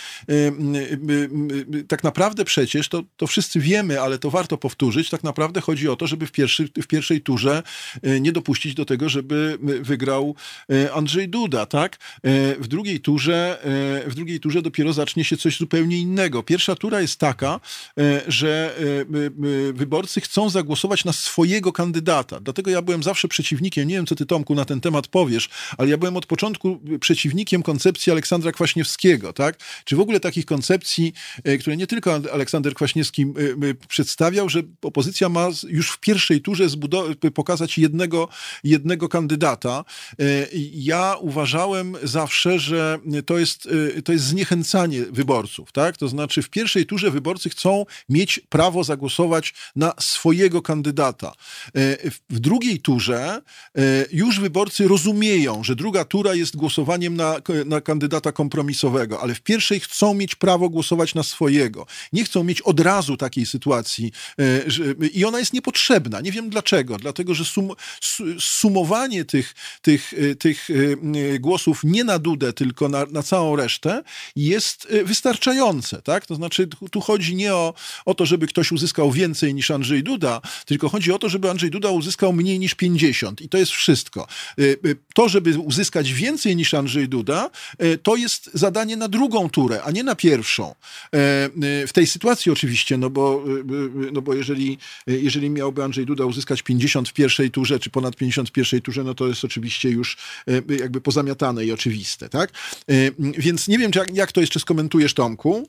tak naprawdę przecież, to wszyscy wiemy, ale to warto powtórzyć, tak naprawdę chodzi o to, żeby w pierwszej turze nie dopuścić do tego, żeby wygrał Andrzej Duda, tak? W drugiej turze dopiero zacznie się coś zupełnie innego. Pierwsza tura jest taka, że wyborcy chcą zagłosować na swojego kandydata. Dlatego ja byłem zawsze przeciwnikiem, nie wiem, co ty, Tomku, na ten temat powiesz, ale ja byłem od początku przeciwnikiem koncepcji Aleksandra Kwaśniewskiego, tak? Czy w ogóle takich koncepcji, które nie tylko Aleksander Kwaśniewski przedstawiał, że opozycja ma już w pierwszej turze pokazać jednego kandydata. Ja uważałem zawsze, że to jest zniechęcanie wyborców, tak? To znaczy w pierwszej turze wyborcy chcą mieć prawo zagłosować na swojego kandydata. W drugiej turze już wyborcy rozumieją, że druga tura jest głosowaniem na kandydata kompromisowego, ale w pierwszej chcą mieć prawo głosować na swojego. Nie chcą mieć od razu takiej sytuacji i ona jest niepotrzebna. Nie wiem dlaczego. Dlatego, że sumowanie tych głosów nie na Dudę, tylko na całą resztę jest wystarczające. Tak? To znaczy tu chodzi nie o to, żeby ktoś uzyskał więcej niż Andrzej Duda, tylko chodzi o to, żeby Andrzej Duda uzyskał mniej niż 50 i to jest wszystko. To, żeby uzyskać więcej niż Andrzej Duda, to jest zadanie na drugą turę, a nie na pierwszą. W tej sytuacji oczywiście, no bo jeżeli miałby Andrzej Duda uzyskać 50 w pierwszej turze, czy ponad 50 w pierwszej turze, no to jest oczywiście już jakby pozamiatane i oczywiste, tak? Więc nie wiem, jak to jeszcze skomentujesz, Tomku?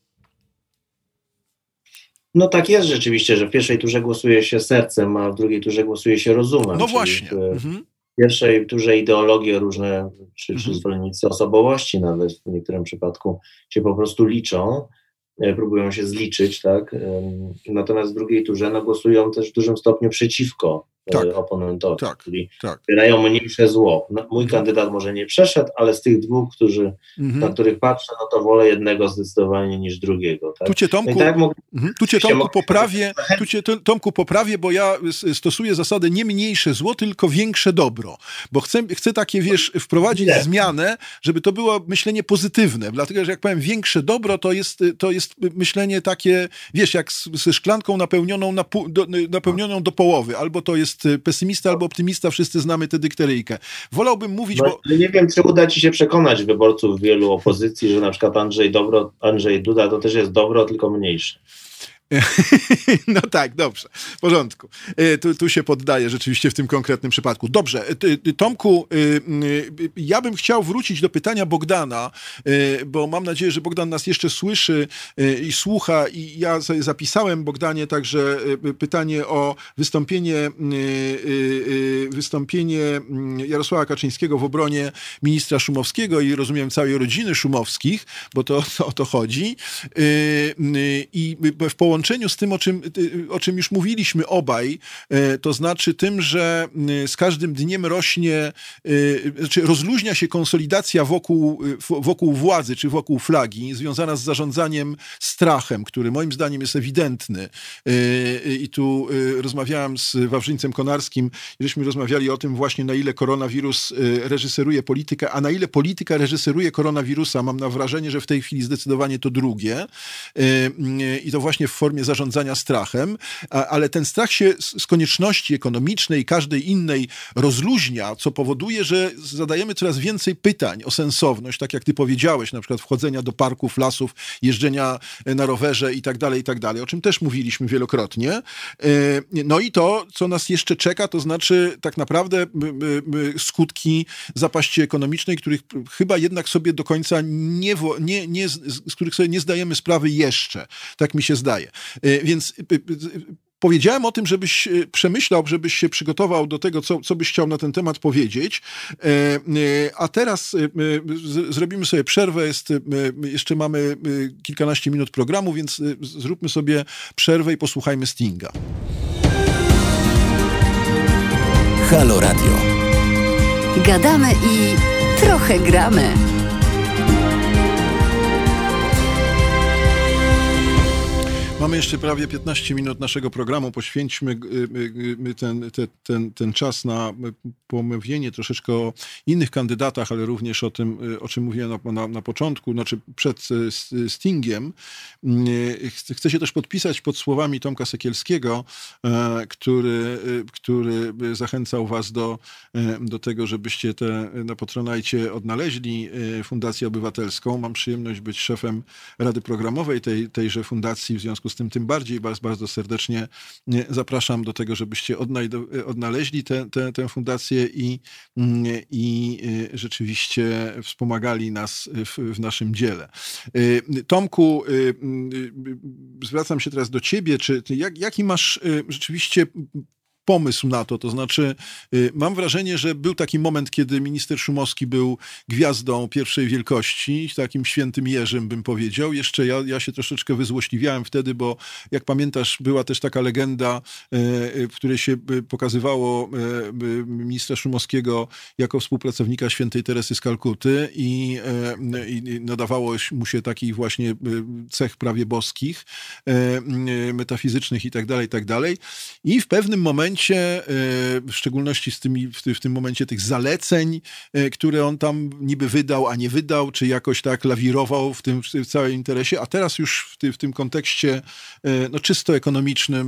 No tak jest rzeczywiście, że w pierwszej turze głosuje się sercem, a w drugiej turze głosuje się rozumem. No właśnie. W pierwszej turze ideologie różne, czy zwolennicy osobowości nawet w niektórym przypadku się po prostu liczą, próbują się zliczyć, tak? Natomiast w drugiej turze głosują też w dużym stopniu przeciwko oponentowi, czyli wybierają mniejsze zło. Mój kandydat może nie przeszedł, ale z tych dwóch, na których patrzę, no to wolę jednego zdecydowanie niż drugiego. Tak? Tu cię, Tomku, poprawię, bo ja stosuję zasadę nie mniejsze zło, tylko większe dobro. Bo chcę takie, wprowadzić zmianę, żeby to było myślenie pozytywne. Dlatego, że jak powiem większe dobro, to jest myślenie takie, jak ze szklanką napełnioną do połowy. Albo to jest pesymista, albo optymista, wszyscy znamy tę dykteryjkę. Wolałbym mówić, bo... Nie wiem, czy uda ci się przekonać wyborców wielu opozycji, że na przykład Andrzej Duda to też jest dobro, tylko mniejsze. No tak, dobrze, w porządku. Tu się poddaję rzeczywiście w tym konkretnym przypadku. Dobrze, Tomku, ja bym chciał wrócić do pytania Bogdana, bo mam nadzieję, że Bogdan nas jeszcze słyszy i słucha i ja sobie zapisałem, Bogdanie, także pytanie o wystąpienie Jarosława Kaczyńskiego w obronie ministra Szumowskiego i rozumiem całej rodziny Szumowskich, bo to o to chodzi. I w połączeniu połączeniu z tym, o czym już mówiliśmy obaj, to znaczy tym, że z każdym dniem rośnie, czy rozluźnia się konsolidacja wokół władzy, czy wokół flagi, związana z zarządzaniem strachem, który moim zdaniem jest ewidentny. I tu rozmawiałem z Wawrzyńcem Konarskim, żeśmy rozmawiali o tym właśnie, na ile koronawirus reżyseruje politykę, a na ile polityka reżyseruje koronawirusa. Mam na wrażenie, że w tej chwili zdecydowanie to drugie. I to właśnie w formie zarządzania strachem. Ale ten strach się z konieczności ekonomicznej i każdej innej rozluźnia, co powoduje, że zadajemy coraz więcej pytań o sensowność, tak jak ty powiedziałeś, na przykład wchodzenia do parków, lasów, jeżdżenia na rowerze i tak dalej, o czym też mówiliśmy wielokrotnie. No i to, co nas jeszcze czeka, to znaczy tak naprawdę skutki zapaści ekonomicznej, których chyba jednak sobie do końca z których sobie nie zdajemy sprawy jeszcze. Tak mi się zdaje. Więc powiedziałem o tym, żebyś przemyślał, żebyś się przygotował do tego, co byś chciał na ten temat powiedzieć. A teraz zrobimy sobie przerwę. Jeszcze mamy kilkanaście minut programu, więc zróbmy sobie przerwę i posłuchajmy Stinga. Halo Radio. Gadamy i trochę gramy. Mamy jeszcze prawie 15 minut naszego programu. Poświęćmy ten czas na pomówienie troszeczkę o innych kandydatach, ale również o tym, o czym mówiłem na początku, znaczy przed Stingiem. Chcę się też podpisać pod słowami Tomka Sekielskiego, który zachęcał was do tego, żebyście na Patronajcie odnaleźli Fundację Obywatelską. Mam przyjemność być szefem Rady Programowej tejże fundacji, w związku z tym bardziej was bardzo serdecznie zapraszam do tego, żebyście odnaleźli tę fundację i rzeczywiście wspomagali nas w naszym dziele. Tomku, zwracam się teraz do ciebie. Jaki masz rzeczywiście pomysł na to? To znaczy, mam wrażenie, że był taki moment, kiedy minister Szumowski był gwiazdą pierwszej wielkości, takim świętym Jerzym, bym powiedział. Jeszcze ja się troszeczkę wyzłośliwiałem wtedy, bo jak pamiętasz, była też taka legenda, w której się pokazywało ministra Szumowskiego jako współpracownika świętej Teresy z Kalkuty i nadawało mu się takich właśnie cech prawie boskich, metafizycznych i tak dalej. I w pewnym momencie, w szczególności w tym momencie tych zaleceń, które on tam niby wydał, a nie wydał, czy jakoś tak lawirował w całym interesie, a teraz już w tym kontekście czysto ekonomicznym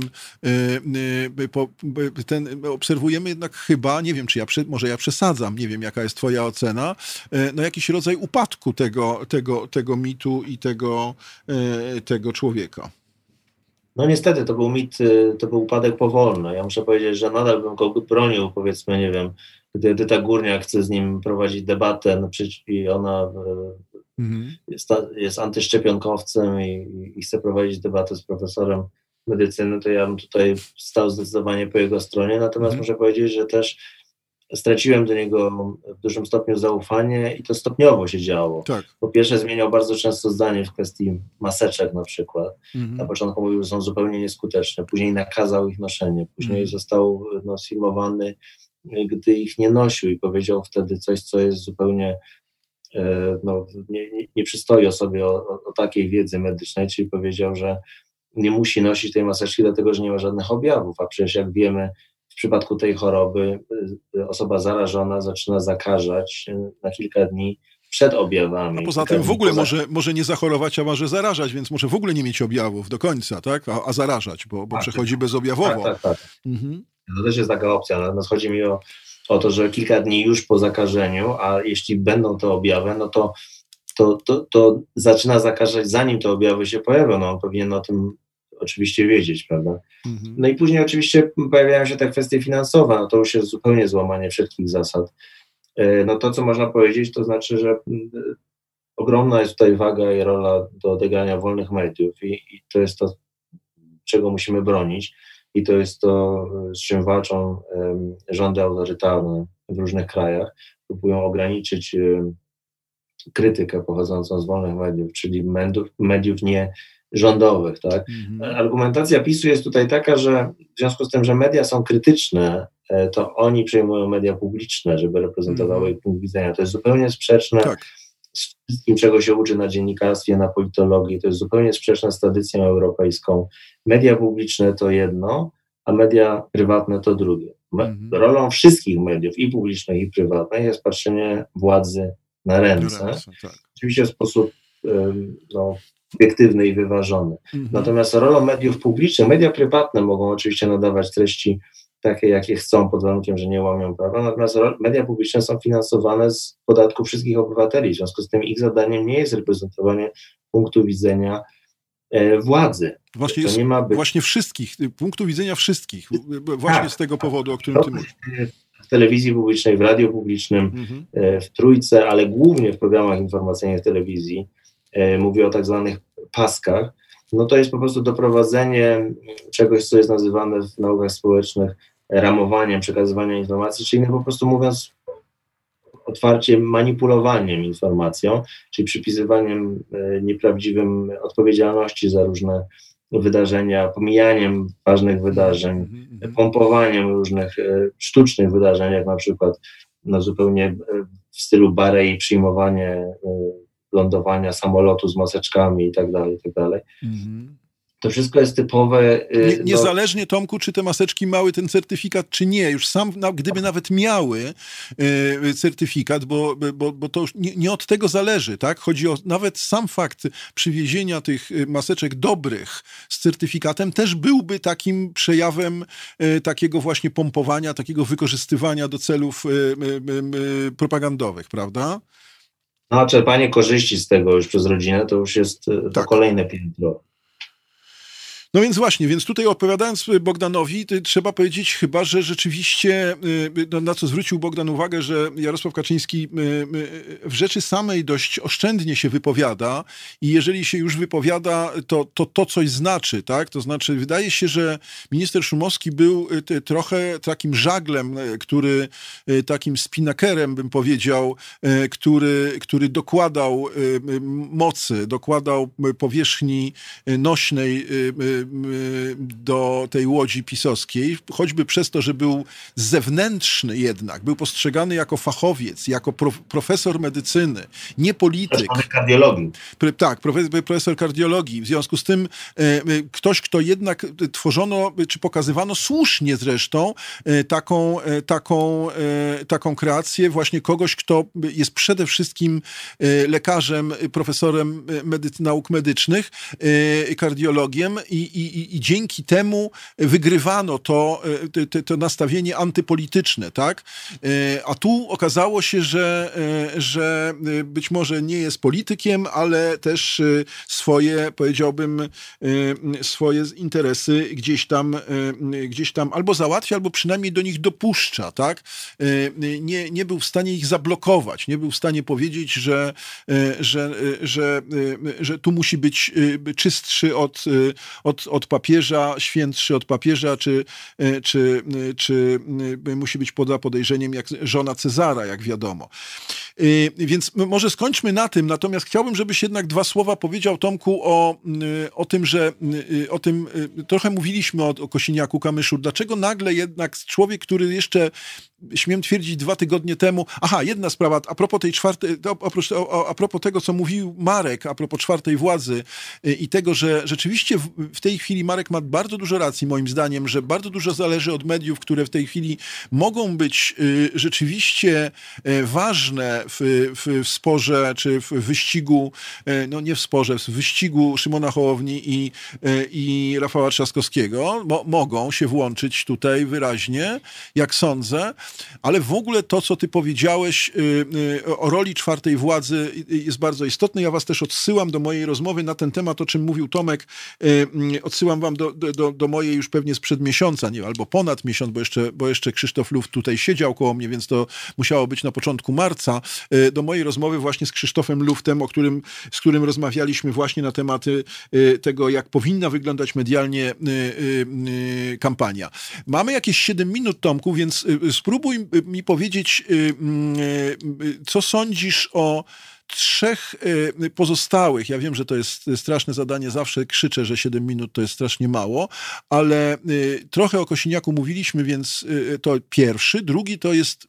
obserwujemy jednak chyba, nie wiem, czy może ja przesadzam, nie wiem, jaka jest twoja ocena, jakiś rodzaj upadku tego mitu i tego człowieka. No niestety, to był mit, to był upadek powolny. Ja muszę powiedzieć, że nadal bym go bronił, powiedzmy, nie wiem, gdy Edyta Górniak chce z nim prowadzić debatę i ona jest antyszczepionkowcem i chce prowadzić debatę z profesorem medycyny, to ja bym tutaj stał zdecydowanie po jego stronie. Natomiast muszę powiedzieć, że też straciłem do niego w dużym stopniu zaufanie i to stopniowo się działo. Tak. Po pierwsze zmieniał bardzo często zdanie w kwestii maseczek na przykład. Na początku mówił, że są zupełnie nieskuteczne, później nakazał ich noszenie, później został sfilmowany, gdy ich nie nosił i powiedział wtedy coś, co jest zupełnie nie przystoi osobie o takiej wiedzy medycznej, czyli powiedział, że nie musi nosić tej maseczki dlatego, że nie ma żadnych objawów, a przecież jak wiemy, w przypadku tej choroby osoba zarażona zaczyna zakażać na kilka dni przed objawami. A poza tym w ogóle może nie zachorować, a może zarażać, więc może w ogóle nie mieć objawów do końca, tak? A zarażać, bo przechodzi bezobjawowo. Tak. To też jest taka opcja. Natomiast chodzi mi o to, że kilka dni już po zakażeniu, a jeśli będą te objawy, no to zaczyna zakażać, zanim te objawy się pojawią. No on powinien o tym oczywiście wiedzieć, prawda? No i później oczywiście pojawiają się te kwestie finansowe, no to już jest zupełnie złamanie wszelkich zasad. No to, co można powiedzieć, to znaczy, że ogromna jest tutaj waga i rola do odegrania wolnych mediów i to jest to, czego musimy bronić i to jest to, z czym walczą rządy autorytarne w różnych krajach. Próbują ograniczyć krytykę pochodzącą z wolnych mediów, czyli mediów rządowych, tak? Argumentacja PiS-u jest tutaj taka, że w związku z tym, że media są krytyczne, to oni przejmują media publiczne, żeby reprezentowały ich punkt widzenia. To jest zupełnie sprzeczne z wszystkim, czego się uczy na dziennikarstwie, na politologii. To jest zupełnie sprzeczne z tradycją europejską. Media publiczne to jedno, a media prywatne to drugie. Rolą wszystkich mediów, i publicznych, i prywatnych, jest patrzenie władzy na ręce. Oczywiście w sposób obiektywny i wyważony. Natomiast rolą mediów publicznych, media prywatne mogą oczywiście nadawać treści takie, jakie chcą, pod warunkiem, że nie łamią prawa, natomiast media publiczne są finansowane z podatków wszystkich obywateli, w związku z tym ich zadaniem nie jest reprezentowanie punktu widzenia władzy. Właśnie, to nie ma być... właśnie wszystkich, punktu widzenia wszystkich, właśnie z tego powodu, o którym ty mówisz. W telewizji publicznej, w radiu publicznym, w Trójce, ale głównie w programach informacyjnych telewizji, mówię o tak zwanych paskach, no to jest po prostu doprowadzenie czegoś, co jest nazywane w naukach społecznych ramowaniem, przekazywaniem informacji, czyli po prostu mówiąc otwarcie manipulowaniem informacją, czyli przypisywaniem nieprawdziwym odpowiedzialności za różne wydarzenia, pomijaniem ważnych wydarzeń, pompowaniem różnych sztucznych wydarzeń, jak na przykład zupełnie w stylu Barei przyjmowanie lądowania samolotu z maseczkami i tak dalej, i tak dalej. To wszystko jest typowe... Niezależnie, Tomku, czy te maseczki miały ten certyfikat, czy nie. Już sam, gdyby nawet miały certyfikat, bo to już nie od tego zależy, tak? Chodzi o nawet sam fakt przywiezienia tych maseczek dobrych z certyfikatem też byłby takim przejawem takiego właśnie pompowania, takiego wykorzystywania do celów propagandowych, prawda? No a czerpanie korzyści z tego już przez rodzinę to już jest to kolejne piętro. No więc właśnie, więc tutaj odpowiadając Bogdanowi, trzeba powiedzieć chyba, że rzeczywiście, na co zwrócił Bogdan uwagę, że Jarosław Kaczyński w rzeczy samej dość oszczędnie się wypowiada i jeżeli się już wypowiada, to coś znaczy, tak? To znaczy wydaje się, że minister Szumowski był trochę takim żaglem, takim spinakerem, bym powiedział, który dokładał mocy, dokładał powierzchni nośnej do tej łodzi pisowskiej, choćby przez to, że był zewnętrzny jednak, był postrzegany jako fachowiec, jako profesor medycyny, nie polityk. Profesor kardiologii. Tak, profesor kardiologii. W związku z tym ktoś, kto jednak tworzono, czy pokazywano słusznie zresztą taką kreację właśnie kogoś, kto jest przede wszystkim lekarzem, profesorem nauk medycznych, kardiologiem i dzięki temu wygrywano to nastawienie antypolityczne, tak? A tu okazało się, że być może nie jest politykiem, ale też swoje, powiedziałbym, swoje interesy gdzieś tam albo załatwia, albo przynajmniej do nich dopuszcza, tak? Nie był w stanie ich zablokować, nie był w stanie powiedzieć, że tu musi być czystszy od papieża, świętszy od papieża, czy musi być poza podejrzeniem jak żona Cezara, jak wiadomo. Więc może skończmy na tym, natomiast chciałbym, żebyś jednak dwa słowa powiedział, Tomku, o tym, że trochę mówiliśmy o Kosiniaku-Kamyszu. Dlaczego nagle jednak człowiek, który jeszcze, śmiem twierdzić, 2 tygodnie temu... Aha, jedna sprawa, a propos tej czwartej, a propos tego, co mówił Marek, a propos czwartej władzy i tego, że rzeczywiście w tej chwili Marek ma bardzo dużo racji, moim zdaniem, że bardzo dużo zależy od mediów, które w tej chwili mogą być rzeczywiście ważne w sporze, czy w wyścigu, no nie w sporze, w wyścigu Szymona Hołowni i Rafała Trzaskowskiego. Mogą się włączyć tutaj wyraźnie, jak sądzę, ale w ogóle to, co ty powiedziałeś o roli czwartej władzy jest bardzo istotne. Ja was też odsyłam do mojej rozmowy na ten temat, o czym mówił Tomek. Odsyłam wam do mojej już pewnie sprzed miesiąca, nie, albo ponad miesiąc, bo jeszcze Krzysztof Luft tutaj siedział koło mnie, więc to musiało być na początku marca, do mojej rozmowy właśnie z Krzysztofem Luftem, z którym rozmawialiśmy właśnie na tematy tego, jak powinna wyglądać medialnie kampania. Mamy jakieś 7 minut, Tomku, więc spróbuj mi powiedzieć, co sądzisz o trzech pozostałych, ja wiem, że to jest straszne zadanie, zawsze krzyczę, że 7 minut to jest strasznie mało, ale trochę o Kosiniaku mówiliśmy, więc to pierwszy. Drugi to jest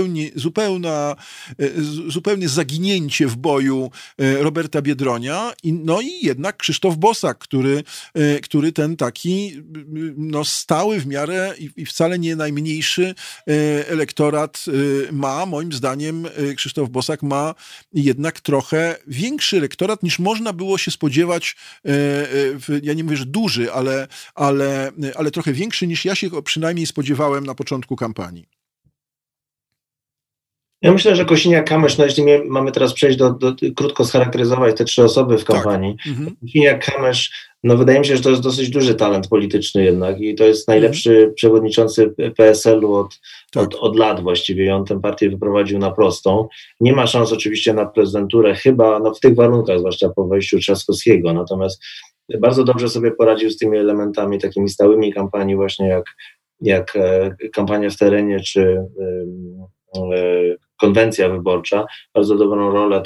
zupełnie zaginięcie w boju Roberta Biedronia no i jednak Krzysztof Bosak, który ten taki stały w miarę i wcale nie najmniejszy elektorat ma. Moim zdaniem Krzysztof Bosak ma jednak trochę większy elektorat, niż można było się spodziewać. Ja nie mówię, że duży, ale trochę większy, niż ja się przynajmniej spodziewałem na początku kampanii. Ja myślę, że Kosiniak-Kamysz, jeśli mamy teraz przejść krótko scharakteryzować te 3 osoby w kampanii. Tak. Kosiniak-Kamysz, wydaje mi się, że to jest dosyć duży talent polityczny jednak i to jest najlepszy przewodniczący PSL-u od lat właściwie i on tę partię wyprowadził na prostą. Nie ma szans oczywiście na prezydenturę, chyba w tych warunkach, zwłaszcza po wejściu Trzaskowskiego, natomiast bardzo dobrze sobie poradził z tymi elementami takimi stałymi kampanii właśnie jak kampania w terenie czy konwencja wyborcza. Bardzo dobrą rolę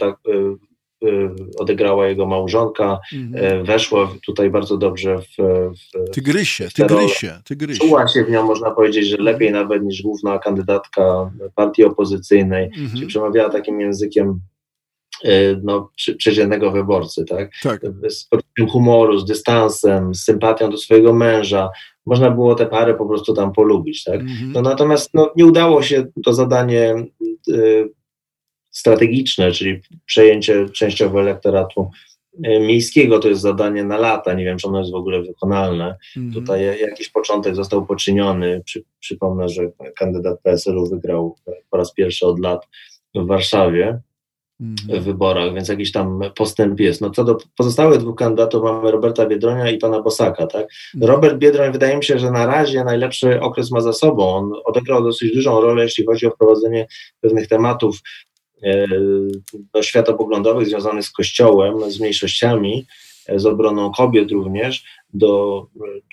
odegrała jego małżonka, weszła tutaj bardzo dobrze w Tygrysie. Czuła się w nią, można powiedzieć, że lepiej nawet niż główna kandydatka partii opozycyjnej, czyli przemawiała takim językiem przeciętnego wyborcy, tak? Z poczuciem humoru, z dystansem, z sympatią do swojego męża. Można było tę parę po prostu tam polubić, tak? Natomiast nie udało się to zadanie strategiczne, czyli przejęcie częściowo elektoratu miejskiego, to jest zadanie na lata, nie wiem, czy ono jest w ogóle wykonalne. Tutaj jakiś początek został poczyniony. Przypomnę, że kandydat PSL-u wygrał po raz pierwszy od lat w Warszawie w wyborach, więc jakiś tam postęp jest. Co do pozostałych 2 kandydatów mamy Roberta Biedronia i pana Bosaka, tak? Robert Biedroń, wydaje mi się, że na razie najlepszy okres ma za sobą. On odegrał dosyć dużą rolę, jeśli chodzi o wprowadzenie pewnych tematów światopoglądowych związanych z Kościołem, z mniejszościami, z obroną kobiet również, do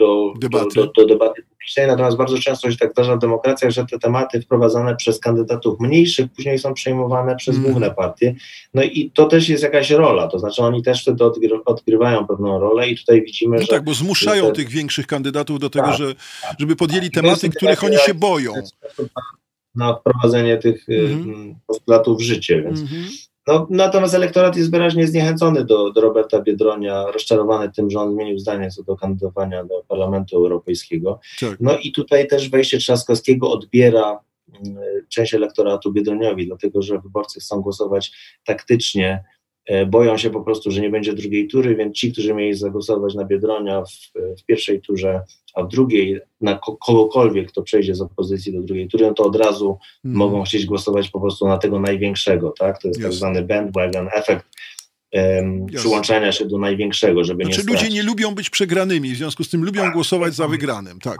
debaty publicznej. Natomiast bardzo często się tak zdarza w demokracjach, że te tematy wprowadzane przez kandydatów mniejszych później są przejmowane przez główne partie. I to też jest jakaś rola, to znaczy oni też wtedy odgrywają pewną rolę i tutaj widzimy, że... Tak, bo zmuszają tych większych kandydatów do tego, żeby podjęli tematy, których oni się boją. Na wprowadzenie tych postulatów w życie, więc... Natomiast elektorat jest wyraźnie zniechęcony do Roberta Biedronia, rozczarowany tym, że on zmienił zdanie co do kandydowania do Parlamentu Europejskiego. Tak. I tutaj też wejście Trzaskowskiego odbiera część elektoratu Biedroniowi, dlatego że wyborcy chcą głosować taktycznie, boją się po prostu, że nie będzie drugiej tury, więc ci, którzy mieli zagłosować na Biedronia w pierwszej turze, a w drugiej na kogokolwiek, kto przejdzie z opozycji do drugiej tury, to od razu mogą chcieć głosować po prostu na tego największego, tak? To jest tak zwany bandwagon efekt przyłączania się do największego, żeby nie stracić. Ludzie nie lubią być przegranymi, w związku z tym lubią głosować za wygranym, tak.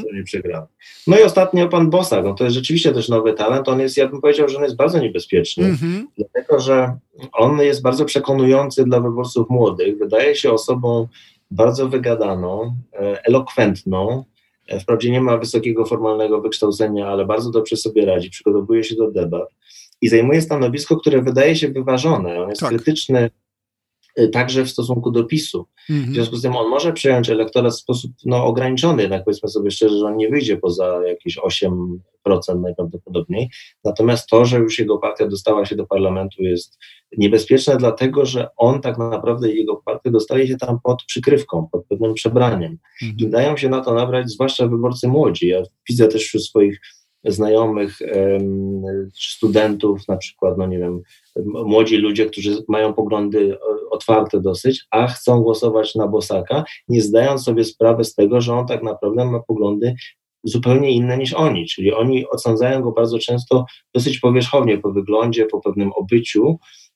I ostatnio pan Bosak, to jest rzeczywiście też nowy talent, ja bym powiedział, że on jest bardzo niebezpieczny, dlatego, że on jest bardzo przekonujący dla wyborców młodych, wydaje się osobą bardzo wygadaną, elokwentną, wprawdzie nie ma wysokiego formalnego wykształcenia, ale bardzo dobrze sobie radzi, przygotowuje się do debat i zajmuje stanowisko, które wydaje się wyważone. On jest krytyczny także w stosunku do PiS-u. W związku z tym on może przejąć elektorat w sposób ograniczony, jednak powiedzmy sobie szczerze, że on nie wyjdzie poza jakieś 8% najprawdopodobniej. Natomiast to, że już jego partia dostała się do parlamentu, jest niebezpieczne, dlatego że on tak naprawdę i jego partia dostali się tam pod przykrywką, pod pewnym przebraniem. I dają się na to nabrać, zwłaszcza wyborcy młodzi. Ja widzę też wśród swoich znajomych, studentów, na przykład, młodzi ludzie, którzy mają poglądy otwarte dosyć, a chcą głosować na Bosaka, nie zdając sobie sprawy z tego, że on tak naprawdę ma poglądy zupełnie inne niż oni, czyli oni osądzają go bardzo często dosyć powierzchownie po wyglądzie, po pewnym obyciu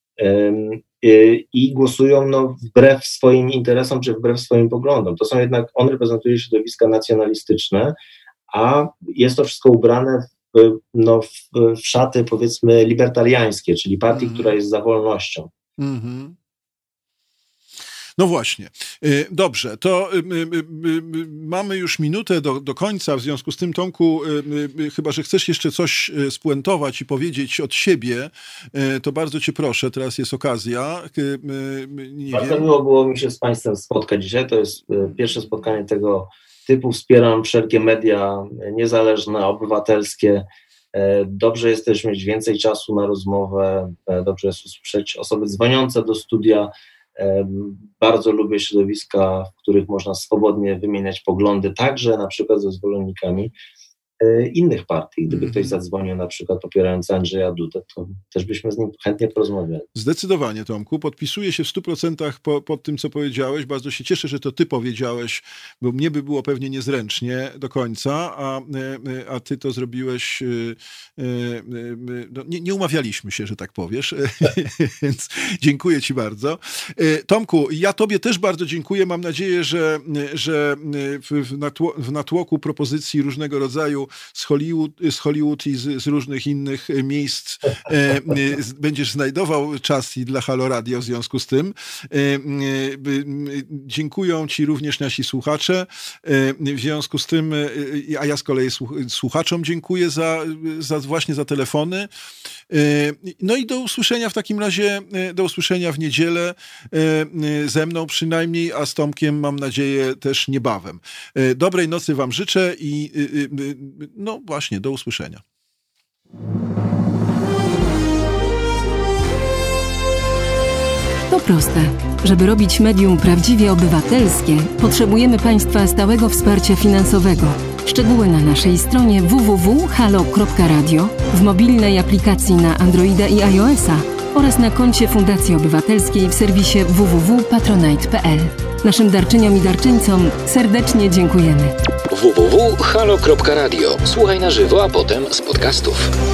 i głosują wbrew swoim interesom czy wbrew swoim poglądom. To są jednak, on reprezentuje środowiska nacjonalistyczne, a jest to wszystko ubrane w szaty, powiedzmy, libertariańskie, czyli partii, która jest za wolnością. No właśnie. Dobrze, to mamy już minutę do końca, w związku z tym, Tomku, chyba że chcesz jeszcze coś spuentować i powiedzieć od siebie, to bardzo cię proszę, teraz jest okazja. Bardzo miło było mi się z Państwem spotkać dzisiaj, to jest pierwsze spotkanie tego typu, wspieram wszelkie media niezależne, obywatelskie. Dobrze jest też mieć więcej czasu na rozmowę, dobrze jest usłyszeć osoby dzwoniące do studia. Bardzo lubię środowiska, w których można swobodnie wymieniać poglądy, także na przykład ze zwolennikami innych partii. Gdyby ktoś zadzwonił na przykład popierający Andrzeja Dudę, to też byśmy z nim chętnie porozmawiali. Zdecydowanie, Tomku. Podpisuję się w 100% pod tym, co powiedziałeś. Bardzo się cieszę, że to ty powiedziałeś, bo mnie by było pewnie niezręcznie do końca, a ty to zrobiłeś. No, nie umawialiśmy się, że tak powiesz, więc dziękuję ci bardzo. Tomku, ja tobie też bardzo dziękuję. Mam nadzieję, że w natłoku propozycji różnego rodzaju z Hollywood i z różnych innych miejsc będziesz znajdował czas i dla Halo Radio w związku z tym. Dziękuję ci również nasi słuchacze. W związku z tym, a ja z kolei słuchaczom dziękuję właśnie za telefony. No i do usłyszenia w takim razie, do usłyszenia w niedzielę ze mną przynajmniej, a z Tomkiem mam nadzieję też niebawem. Dobrej nocy wam życzę i no właśnie, do usłyszenia. To proste. Żeby robić medium prawdziwie obywatelskie, potrzebujemy Państwa stałego wsparcia finansowego. Szczegóły na naszej stronie www.halo.radio, w mobilnej aplikacji na Androida i iOS-a oraz na koncie Fundacji Obywatelskiej w serwisie www.patronite.pl. Naszym darczyniom i darczyńcom serdecznie dziękujemy. www.halo.radio. Słuchaj na żywo, a potem z podcastów.